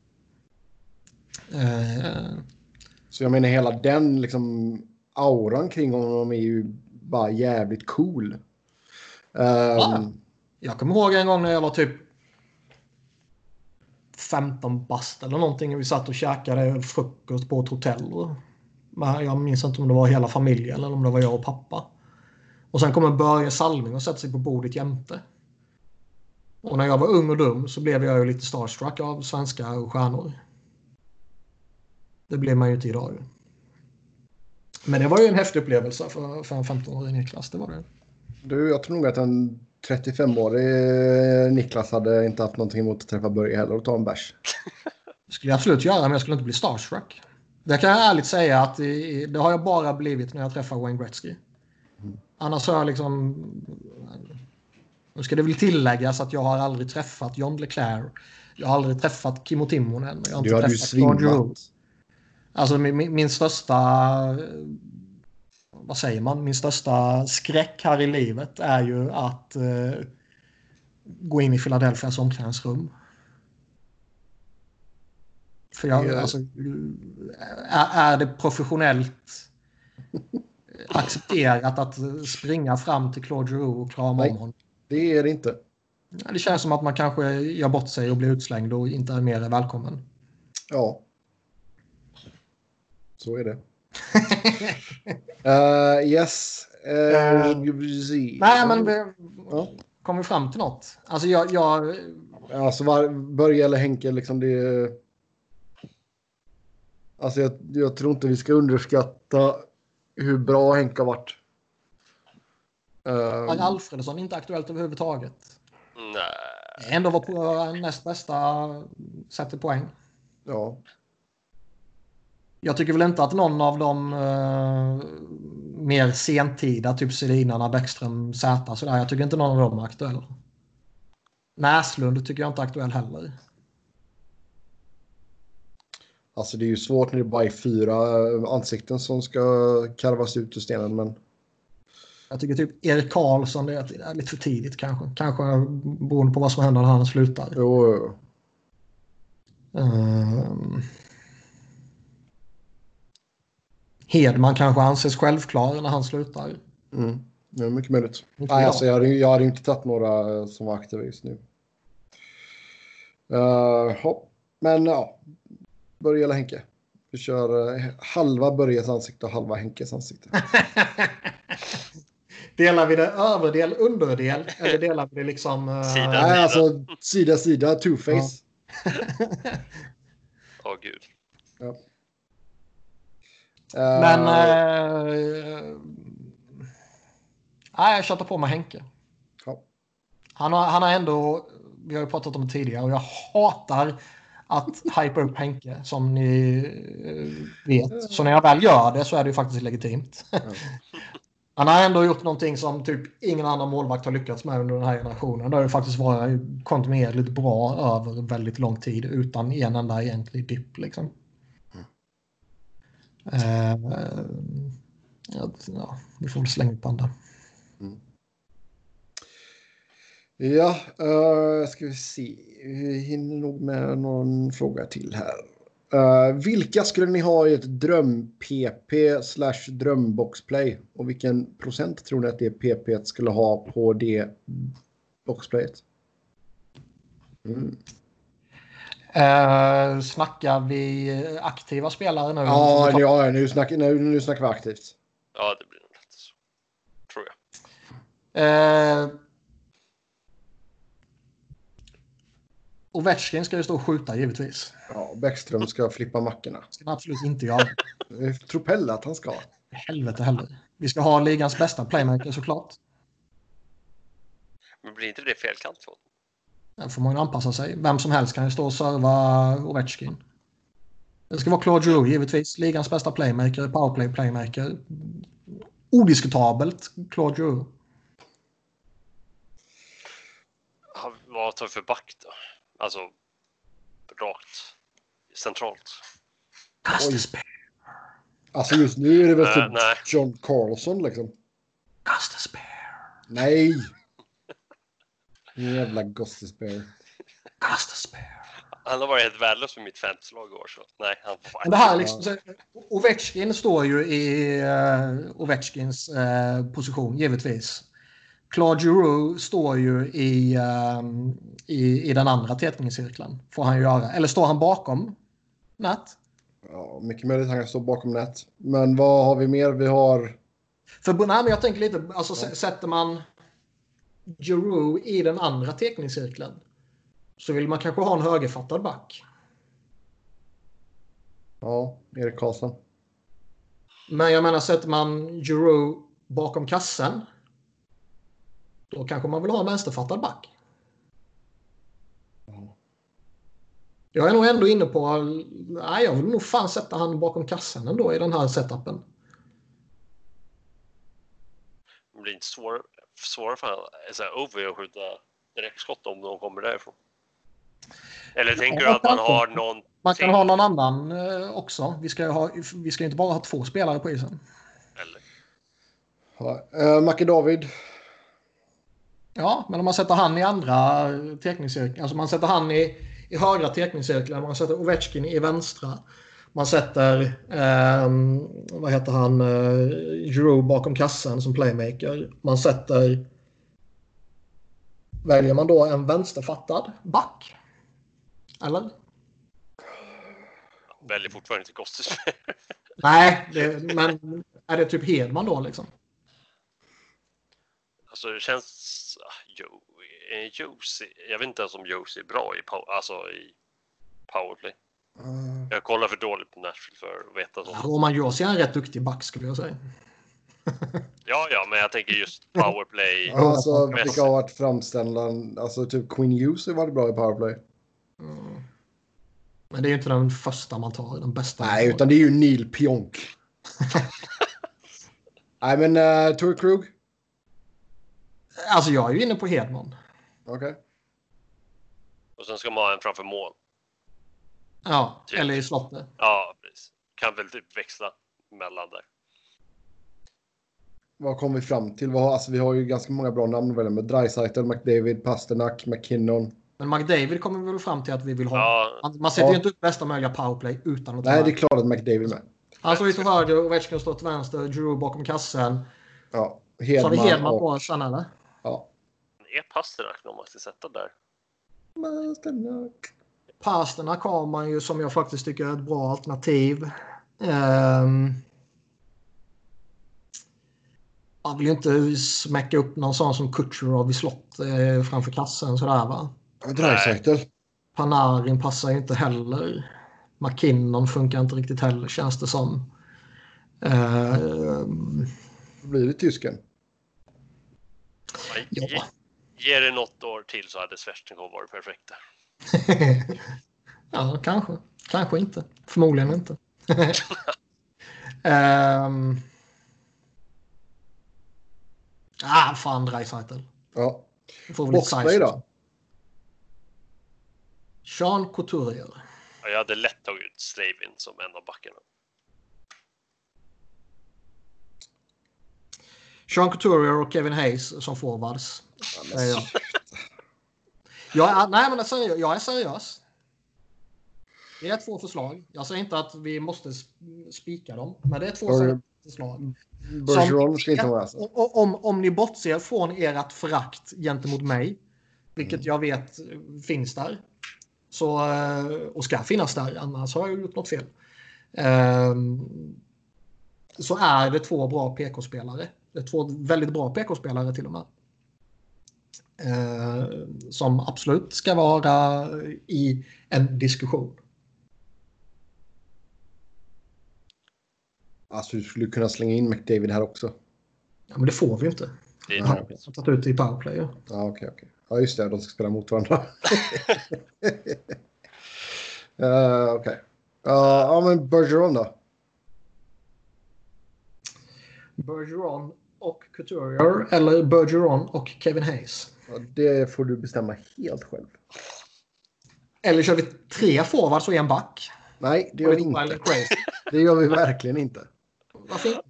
Speaker 2: Uh...
Speaker 1: Så jag menar hela den liksom auran kring honom är ju bara jävligt cool. Um...
Speaker 2: Ja. Jag kommer ihåg en gång när jag var typ femton bast eller någonting. Vi satt och käkade frukost på ett hotell. Men jag minns inte om det var hela familjen eller om det var jag och pappa. Och sen kommer Börje Salming och sätter sig på bordet jämte. Och när jag var ung och dum så blev jag ju lite starstruck av svenska stjärnor. Det blev man ju inte idag. Men det var ju en häftig upplevelse för, för en femton-årig Niklas. Det var det.
Speaker 1: Du, jag tror nog att en trettiofem-årig Niklas hade inte haft någonting emot att träffa Börje heller och ta en bärs.
Speaker 2: Det skulle jag absolut göra, men jag skulle inte bli starstruck. Det kan jag ärligt säga att det, det har jag bara blivit när jag träffar Wayne Gretzky. Mm. Annars har jag liksom... Nu ska det väl tilläggas att jag har aldrig träffat John LeClaire. Jag har aldrig träffat Kimmo Timonen. Jag har inte
Speaker 1: du hade ju svimmat.
Speaker 2: Alltså min, min, min största... Vad säger man? Min största skräck här i livet är ju att eh, gå in i Philadelphias omklädningsrum. För jag, yeah. alltså, är, är det professionellt accepterat att springa fram till Claude Giroux och krama om honom?
Speaker 1: Det är det inte.
Speaker 2: Det känns som att man kanske gör bort sig och blir utslängd och inte är mer välkommen.
Speaker 1: Ja. Så är det. uh, yes. Uh, uh,
Speaker 2: nej, men vi ja. kommer fram till något. Alltså jag... jag...
Speaker 1: Alltså var, Börje eller Henke liksom det... Alltså jag, jag tror inte vi ska underskatta hur bra Henke har varit.
Speaker 2: Uh, Alfredsson inte aktuellt överhuvudtaget.
Speaker 3: Nej.
Speaker 2: Ändå var på näst bästa sätter poäng.
Speaker 1: Ja.
Speaker 2: Jag tycker väl inte att någon av de uh, mer sentida, typ Sedinarna, Bäckström, Zäta, sådär. Jag tycker inte någon av dem är aktuell. Näslund tycker jag inte är aktuell heller.
Speaker 1: Alltså det är ju svårt när det bara är fyra ansikten som ska karvas ut ur stenen, men...
Speaker 2: Jag tycker typ Erik Karlsson, det är lite för tidigt kanske. Kanske beroende på vad som händer när han slutar.
Speaker 1: Jo, jo.
Speaker 2: Um... Hedman kanske anses självklar när han slutar.
Speaker 1: Mm. Det är mycket möjligt.
Speaker 2: Inte
Speaker 1: Nej,
Speaker 2: jag.
Speaker 1: alltså, jag, hade, jag hade inte tagit några som var aktiva just nu. Uh, hopp. Men ja, Börje eller Henke. Vi kör uh, halva Börjes ansikte och halva Henkes ansikte.
Speaker 2: Delar vi det överdel, underdel? Eller delar vi det liksom... Uh...
Speaker 3: Sida.
Speaker 1: Nej, alltså sida, sida, two-face.
Speaker 3: Åh ja. oh, gud.
Speaker 1: Ja. Uh,
Speaker 2: Men... Uh... Nej, jag tjatar på med Henke.
Speaker 1: Ja.
Speaker 2: Han har, han har ändå... Vi har ju pratat om det tidigare och jag hatar att hypa upp Henke, som ni vet. Så när jag väl gör det så är det ju faktiskt legitimt.
Speaker 1: Mm.
Speaker 2: Han har ändå gjort någonting som typ ingen annan målvakt har lyckats med under den här generationen. Det har ju faktiskt varit kontinuerligt bra över väldigt lång tid utan en enda egentlig dipp liksom. Mm. Uh, ja, ja, vi får väl slänga upp andra.
Speaker 1: Mm. Ja, uh, ska vi se. Vi hinner nog med någon fråga till här. Uh, vilka skulle ni ha i ett dröm-P P slash drömboxplay? Och vilken procent tror ni att det P P skulle ha på det boxplayet? Mm.
Speaker 2: Uh, snackar vi aktiva spelare nu?
Speaker 1: Ja, nu, ja nu, snackar, nu, nu snackar vi aktivt.
Speaker 3: Ja, det blir nog rätt så. Tror jag.
Speaker 2: Uh, Ovechkin ska ju stå och skjuta givetvis.
Speaker 1: Ja, Bäckström ska flippa mackorna.
Speaker 2: Ska han absolut inte göra.
Speaker 1: Jag tror Pelle att han ska.
Speaker 2: Helvete heller. Vi ska ha ligans bästa playmaker såklart.
Speaker 3: Men blir inte det felkant för?
Speaker 2: Där får man ju anpassa sig. Vem som helst kan ju stå och serva Ovechkin. Det ska vara Claude Giroux givetvis. Ligans bästa playmaker, powerplay playmaker. Odiskutabelt Claude Giroux.
Speaker 3: Ja, vad tar vi för back då? Alltså, rakt, centralt.
Speaker 2: Kastaspear.
Speaker 1: Alltså just nu är det väl
Speaker 3: Uh,
Speaker 1: typ
Speaker 3: nej.
Speaker 1: John Carlson liksom.
Speaker 2: Kastaspear.
Speaker 1: Nej! Jävla Gostisbear.
Speaker 2: Kastaspear.
Speaker 3: Han har varit helt värdelös för mitt fantasylag i år, så nej, han får
Speaker 2: Men det här liksom, så, Ovechkin står ju i uh, Ovechkins uh, position, givetvis. Claude Giroux står ju i, um, i, i den andra tätningscirkeln. Får han ju göra. Eller står han bakom nät?
Speaker 1: Ja, mycket möjligt han kan stå bakom nät. Men vad har vi mer? Vi har...
Speaker 2: För nej, men jag tänker lite, alltså ja. Sätter man Giroux i den andra täckningscirkeln så vill man kanske ha en högerfattad back.
Speaker 1: Ja, Erik Karlsson.
Speaker 2: Men jag menar, sätter man Giroux bakom kassen då kanske man vill ha en vänsterfattad back.
Speaker 1: Ja.
Speaker 2: Jag är nog ändå inne på, nej, jag vill nog fan sätta han bakom kassen ändå i den här setupen.
Speaker 3: Det blir inte svårare, svårare för han så här, O V att skjuta direktskott om de kommer därifrån. Eller tänker
Speaker 2: Ja,
Speaker 3: du att man
Speaker 2: kanske.
Speaker 3: har någon...
Speaker 2: Man kan ha någon annan eh, också. Vi ska ju ha, vi ska inte bara ha två spelare på isen.
Speaker 3: Eller?
Speaker 1: Ja, uh, Macke David.
Speaker 2: Ja, men om man sätter han i andra teckningscirkeln, alltså man sätter han i, i högra teckningscirkeln, man sätter Ovechkin i vänstra, man sätter eh, vad heter han eh, Giroux bakom kassen som playmaker, man sätter, väljer man då en vänsterfattad back eller?
Speaker 3: Väljer fortfarande inte Gostisbear.
Speaker 2: Nej, det, men är det typ Hedman då liksom?
Speaker 3: Alltså det känns... Jo, Josie, jag vet inte ens om Josie är bra i, pow, alltså i powerplay.
Speaker 1: Uh,
Speaker 3: Jag kollar för dåligt på Nashville för att veta sånt.
Speaker 2: Ja, Roman Josie är en rätt duktig back skulle jag säga.
Speaker 3: Ja, ja, men jag tänker just powerplay.
Speaker 1: alltså,
Speaker 3: mest.
Speaker 1: vilka har varit framställda? Alltså, typ Quinn Hughes har varit bra i powerplay.
Speaker 2: Mm. Men det är ju inte den första man tar, den bästa.
Speaker 1: Nej, utan det är ju Neil Pionk. Nej, men uh, Torrey Krug?
Speaker 2: Alltså jag är ju inne på Hedman.
Speaker 1: Okej. Okay.
Speaker 3: Och sen ska man ha en framför mål.
Speaker 2: Ja,
Speaker 3: typ.
Speaker 2: Eller i slottet.
Speaker 3: Ja, precis. Kan väl typ växla mellan där.
Speaker 1: Vad kom vi fram till? Vad, alltså, vi har ju ganska många bra namn att välja med. Dreisaitl, McDavid, Pasternak, McKinnon.
Speaker 2: Men McDavid kommer vi väl fram till att vi vill ha.
Speaker 3: Ja.
Speaker 2: Man, man sätter
Speaker 1: Ja.
Speaker 2: ju inte upp bästa möjliga powerplay utan att...
Speaker 1: Nej, det är klart att McDavid med.
Speaker 2: Han står ju till höger, Ovechkin står till vänster, Drew bakom kassen.
Speaker 1: Ja,
Speaker 2: Så har vi Hedman
Speaker 1: och...
Speaker 2: på oss, eller?
Speaker 1: Ja.
Speaker 3: Är Pasternak någon man ska sätta där?
Speaker 1: Pasternak.
Speaker 2: Pasternak har man ju som jag faktiskt tycker är ett bra alternativ. Um... Jag vill ju inte smäcka upp någon sån som Kucherov i slott eh, framför kassen sådär va.
Speaker 1: Dreisaitl.
Speaker 2: Panarin passar ju inte heller. McKinnon funkar inte riktigt heller känns det som. Uh,
Speaker 1: blir det tysken?
Speaker 2: Ja.
Speaker 3: Ge, ge det något år till så hade Sveshtenkov varit perfekt där.
Speaker 2: Ja, kanske. Kanske inte. Förmodligen inte. um, ah, fan Dreisaitl.
Speaker 1: Ja.
Speaker 2: Boxplay
Speaker 1: då?
Speaker 2: Sean Couturier.
Speaker 3: Ja, jag hade lätt tagit ut Slavin som en av backarna.
Speaker 2: Sean Couturier och Kevin Hayes som forwards.
Speaker 1: Ja, men...
Speaker 2: jag. Jag är, nej, men jag, säger, jag är seriös. Det är två förslag. Jag säger inte att vi måste spika dem. Men det är två Bur- förslag.
Speaker 1: Bergeron ska inte vara
Speaker 2: så. Om, om ni bortser från ert förakt gentemot mig. Vilket mm. jag vet finns där. Så, och ska finnas där. Annars har jag gjort något fel. Um, så är det två bra P K-spelare. Det är två väldigt bra P K-spelare till och med. Uh, som absolut ska vara i en diskussion.
Speaker 1: Alltså du skulle kunna slänga in McDavid här också.
Speaker 2: Ja, men det får vi inte.
Speaker 3: Det är
Speaker 2: Han har tagit ut i powerplay. Ja,
Speaker 1: ja okej, okej. Ja, just det. De ska spela mot varandra. uh, okej. Okay. Uh, ja, men Bergeron då?
Speaker 2: Bergeron och Couturier eller Bergeron och Kevin Hayes?
Speaker 1: Ja, det får du bestämma helt själv.
Speaker 2: Eller kör vi tre forwards och en back?
Speaker 1: Nej, det gör vi inte. Det gör vi verkligen inte.
Speaker 2: Varför?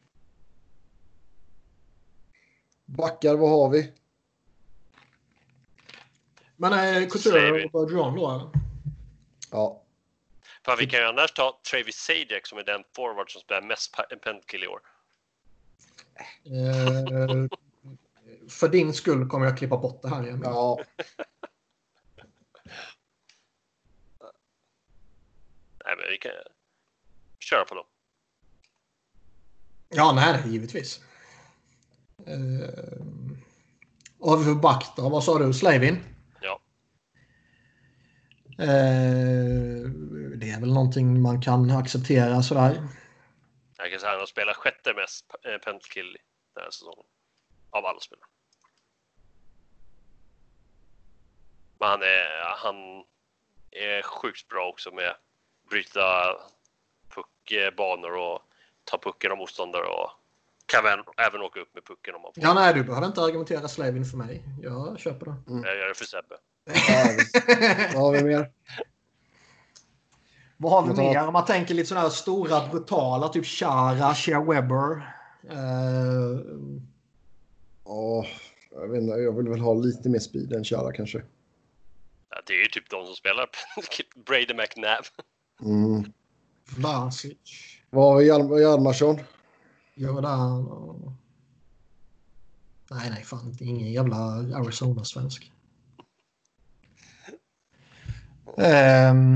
Speaker 1: Backar, vad har vi?
Speaker 2: Men är Couturier och Bergeron då? Eller?
Speaker 1: Ja.
Speaker 3: Fan, vi kan ju annars ta Travis Sajak som är den forward som spelar mest penalty i år.
Speaker 2: Uh, för din skull kommer jag klippa bort det här igen.
Speaker 1: Ja.
Speaker 3: Nej, men vi kan köra på dem.
Speaker 2: Ja, nej, givetvis. Uh, och vi för back då? Vad sa du? Slavin?
Speaker 3: Ja.
Speaker 2: Uh, det är väl någonting man kan acceptera sådär.
Speaker 3: Jag kan säga att han spelar sjätte mest penalty den här säsongen. Av alla spelare. Men han är, han är sjukt bra också med bryta puckbanor och ta pucken av motståndare och kan även, även åka upp med pucken om man får.
Speaker 2: Ja, nej, du behöver inte argumentera Slavin för mig. Jag köper det.
Speaker 3: Mm. Jag gör det för Sebbe.
Speaker 1: Vad har vi mer?
Speaker 2: Vad har vi mer? Om man tänker lite sådana här stora, brutala, typ Chara, Shea Weber. Uh...
Speaker 1: Oh, jag vet inte, jag vill väl ha lite mer speed än Chara kanske.
Speaker 3: Ja, det är ju typ de som spelar Brady McNabb.
Speaker 1: Mm.
Speaker 2: Vlasic.
Speaker 1: Vad har vi Hjalm- Hjalmarsson?
Speaker 2: Jordan och... Nej, nej, fan. Det är ingen jävla Arizona-svensk. Um...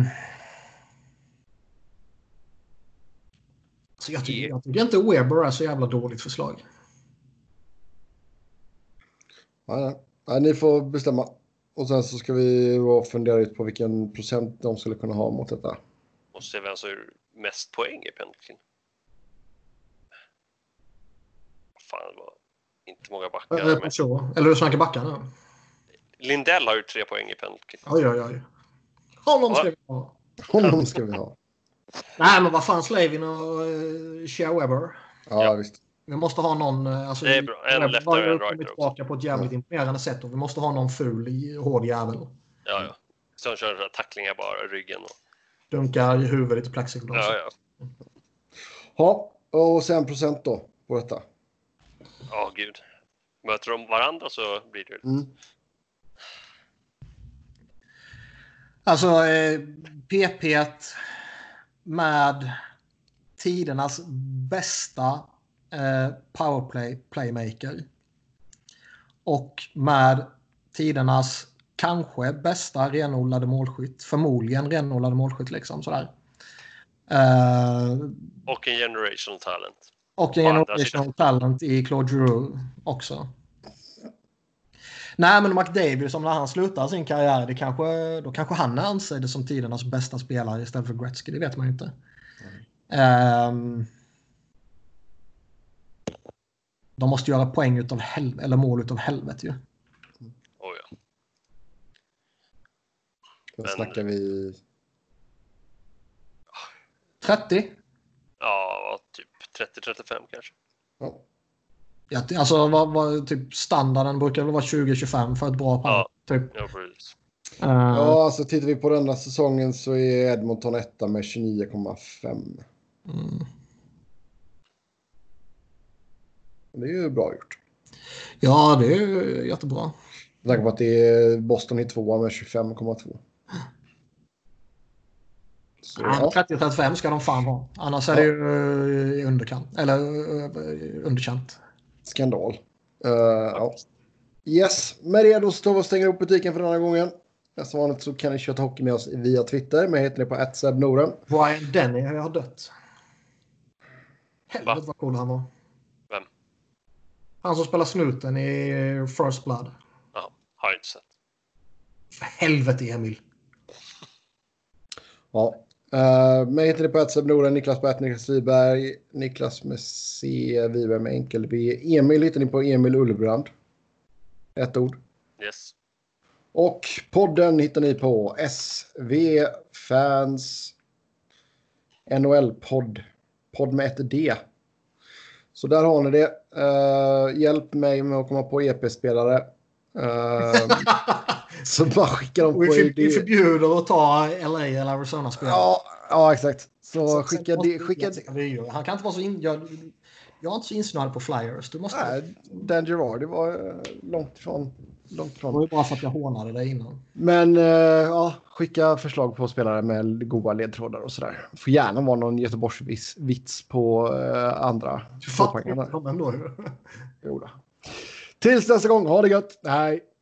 Speaker 2: Så jag tycker, jag tycker inte Weber är så jävla dåligt förslag.
Speaker 1: Nej, nej. Nej, ni får bestämma. Och sen så ska vi fundera ut på vilken procent de skulle kunna ha mot detta.
Speaker 3: Och se vem som har mest poäng i penalty. Fan, det var inte många backar.
Speaker 2: Äh, men... så. Eller du snackar backar nu?
Speaker 3: Lindell har ju tre poäng i penalty.
Speaker 2: Oj, oj, oj. Honom ska vi ha.
Speaker 1: Honom ska vi ha.
Speaker 2: Nej, men vad fan, Slavin och uh, Shea Weber.
Speaker 1: Ja,
Speaker 3: Ja.
Speaker 1: visst.
Speaker 2: Vi måste ha någon... Alltså,
Speaker 3: Det är bra. En
Speaker 2: Weber
Speaker 3: left
Speaker 2: har
Speaker 3: och
Speaker 2: ju
Speaker 3: en
Speaker 2: kommit
Speaker 3: right också.
Speaker 2: tillbaka på ett jävligt imponerande sätt och vi måste ha någon ful, hård jävel.
Speaker 3: Ja, ja. Som kör så här tacklingar bara i ryggen. Och...
Speaker 2: Dunkar i huvudet i plexiglas.
Speaker 3: Ja, ja.
Speaker 1: Ja, och sen procent då på detta.
Speaker 3: Ja, gud. Möter de varandra så blir det...
Speaker 1: Mm.
Speaker 2: Alltså, eh, P P med tidernas bästa eh, powerplay playmaker och med tidernas kanske bästa renodlade målskytt, förmodligen renodlade målskytt liksom sådär. Eh,
Speaker 3: Och en generational talent.
Speaker 2: och en
Speaker 3: Å andra
Speaker 2: generational
Speaker 3: sidan.
Speaker 2: talent i Claude Giroux också. Nej, men McDavid som när han slutar sin karriär, det kanske, då kanske han anser det som tidernas bästa spelare istället för Gretzky, det vet man ju inte. Mm. Um, de måste göra poäng utav helvete, eller mål utav helvete ju.
Speaker 3: Oh, ja.
Speaker 1: Då
Speaker 3: Men-
Speaker 1: snackar vi...
Speaker 2: trettio?
Speaker 3: Ja, typ trettio till trettiofem kanske.
Speaker 1: Ja.
Speaker 2: Ja, det- alltså vad, vad, typ standarden brukar väl vara tjugo till tjugofem för ett bra power.
Speaker 3: Ja.
Speaker 2: Typ.
Speaker 3: Ja, precis.
Speaker 2: Uh,
Speaker 1: ja, alltså tittar vi på denna säsongen så är Edmonton etta med tjugonio komma fem.
Speaker 2: mm.
Speaker 1: Det är ju bra gjort.
Speaker 2: Ja, det är jättebra.
Speaker 1: Med tanke på att det är Boston i tvåa med tjugofem komma två. Så,
Speaker 2: Ja,
Speaker 1: ja.
Speaker 2: trettio till trettiofem ska de fan ha. Annars är det ju uh, i underkant. Eller uh, underkänt.
Speaker 1: Skandal. Uh, ja. Yes, med det då står vi och stänger upp butiken för den här gången. Som vanligt så kan ni köta hockey med oss via Twitter. Men heter ni på at seb noren.
Speaker 2: Brian Denny har dött. Helvete
Speaker 3: Va?
Speaker 2: vad cool han var.
Speaker 3: Vem?
Speaker 2: Han som spelar snuten i First Blood.
Speaker 3: Ja, har jag inte sett.
Speaker 2: För helvete, Emil.
Speaker 1: Ja. Uh, men heter ni på at seb noren. Niklas på at Niklas Wiberg. Niklas med C. Wiberg med enkel V. Emil hittar ni på Emil Ullbrand. Ett ord.
Speaker 3: Yes.
Speaker 1: Och podden hittar ni på S V Fans N H L-podd. Podd med ett D. Så där har ni det. Uh, hjälp mig med att komma på E P-spelare. Uh, så bara skicka dem på
Speaker 2: Vi, för, vi
Speaker 1: idé.
Speaker 2: förbjuder att ta L A eller Arizona-spelare.
Speaker 1: Ja, ja, exakt. Så,
Speaker 2: Så-
Speaker 1: skicka
Speaker 2: måste
Speaker 1: det.
Speaker 2: vi
Speaker 1: Skicka...
Speaker 2: veta vad vi gör. Han kan inte vara så in... jag, jag är inte så insnöad på Flyers. Du måste...
Speaker 1: Nej, Dan Girardi var uh, långt ifrån. Långt
Speaker 2: Det var
Speaker 1: ifrån.
Speaker 2: ju bara för att jag hånade dig innan.
Speaker 1: Men uh, ja, skicka förslag på spelare med goda ledtrådar och sådär. Får gärna vara någon Göteborgsvits vits på uh, andra.
Speaker 2: Du fattar
Speaker 1: tvåpoängarna.
Speaker 2: inte dem ändå.
Speaker 1: Jo då. Tills nästa gång, ha det gött. Hej!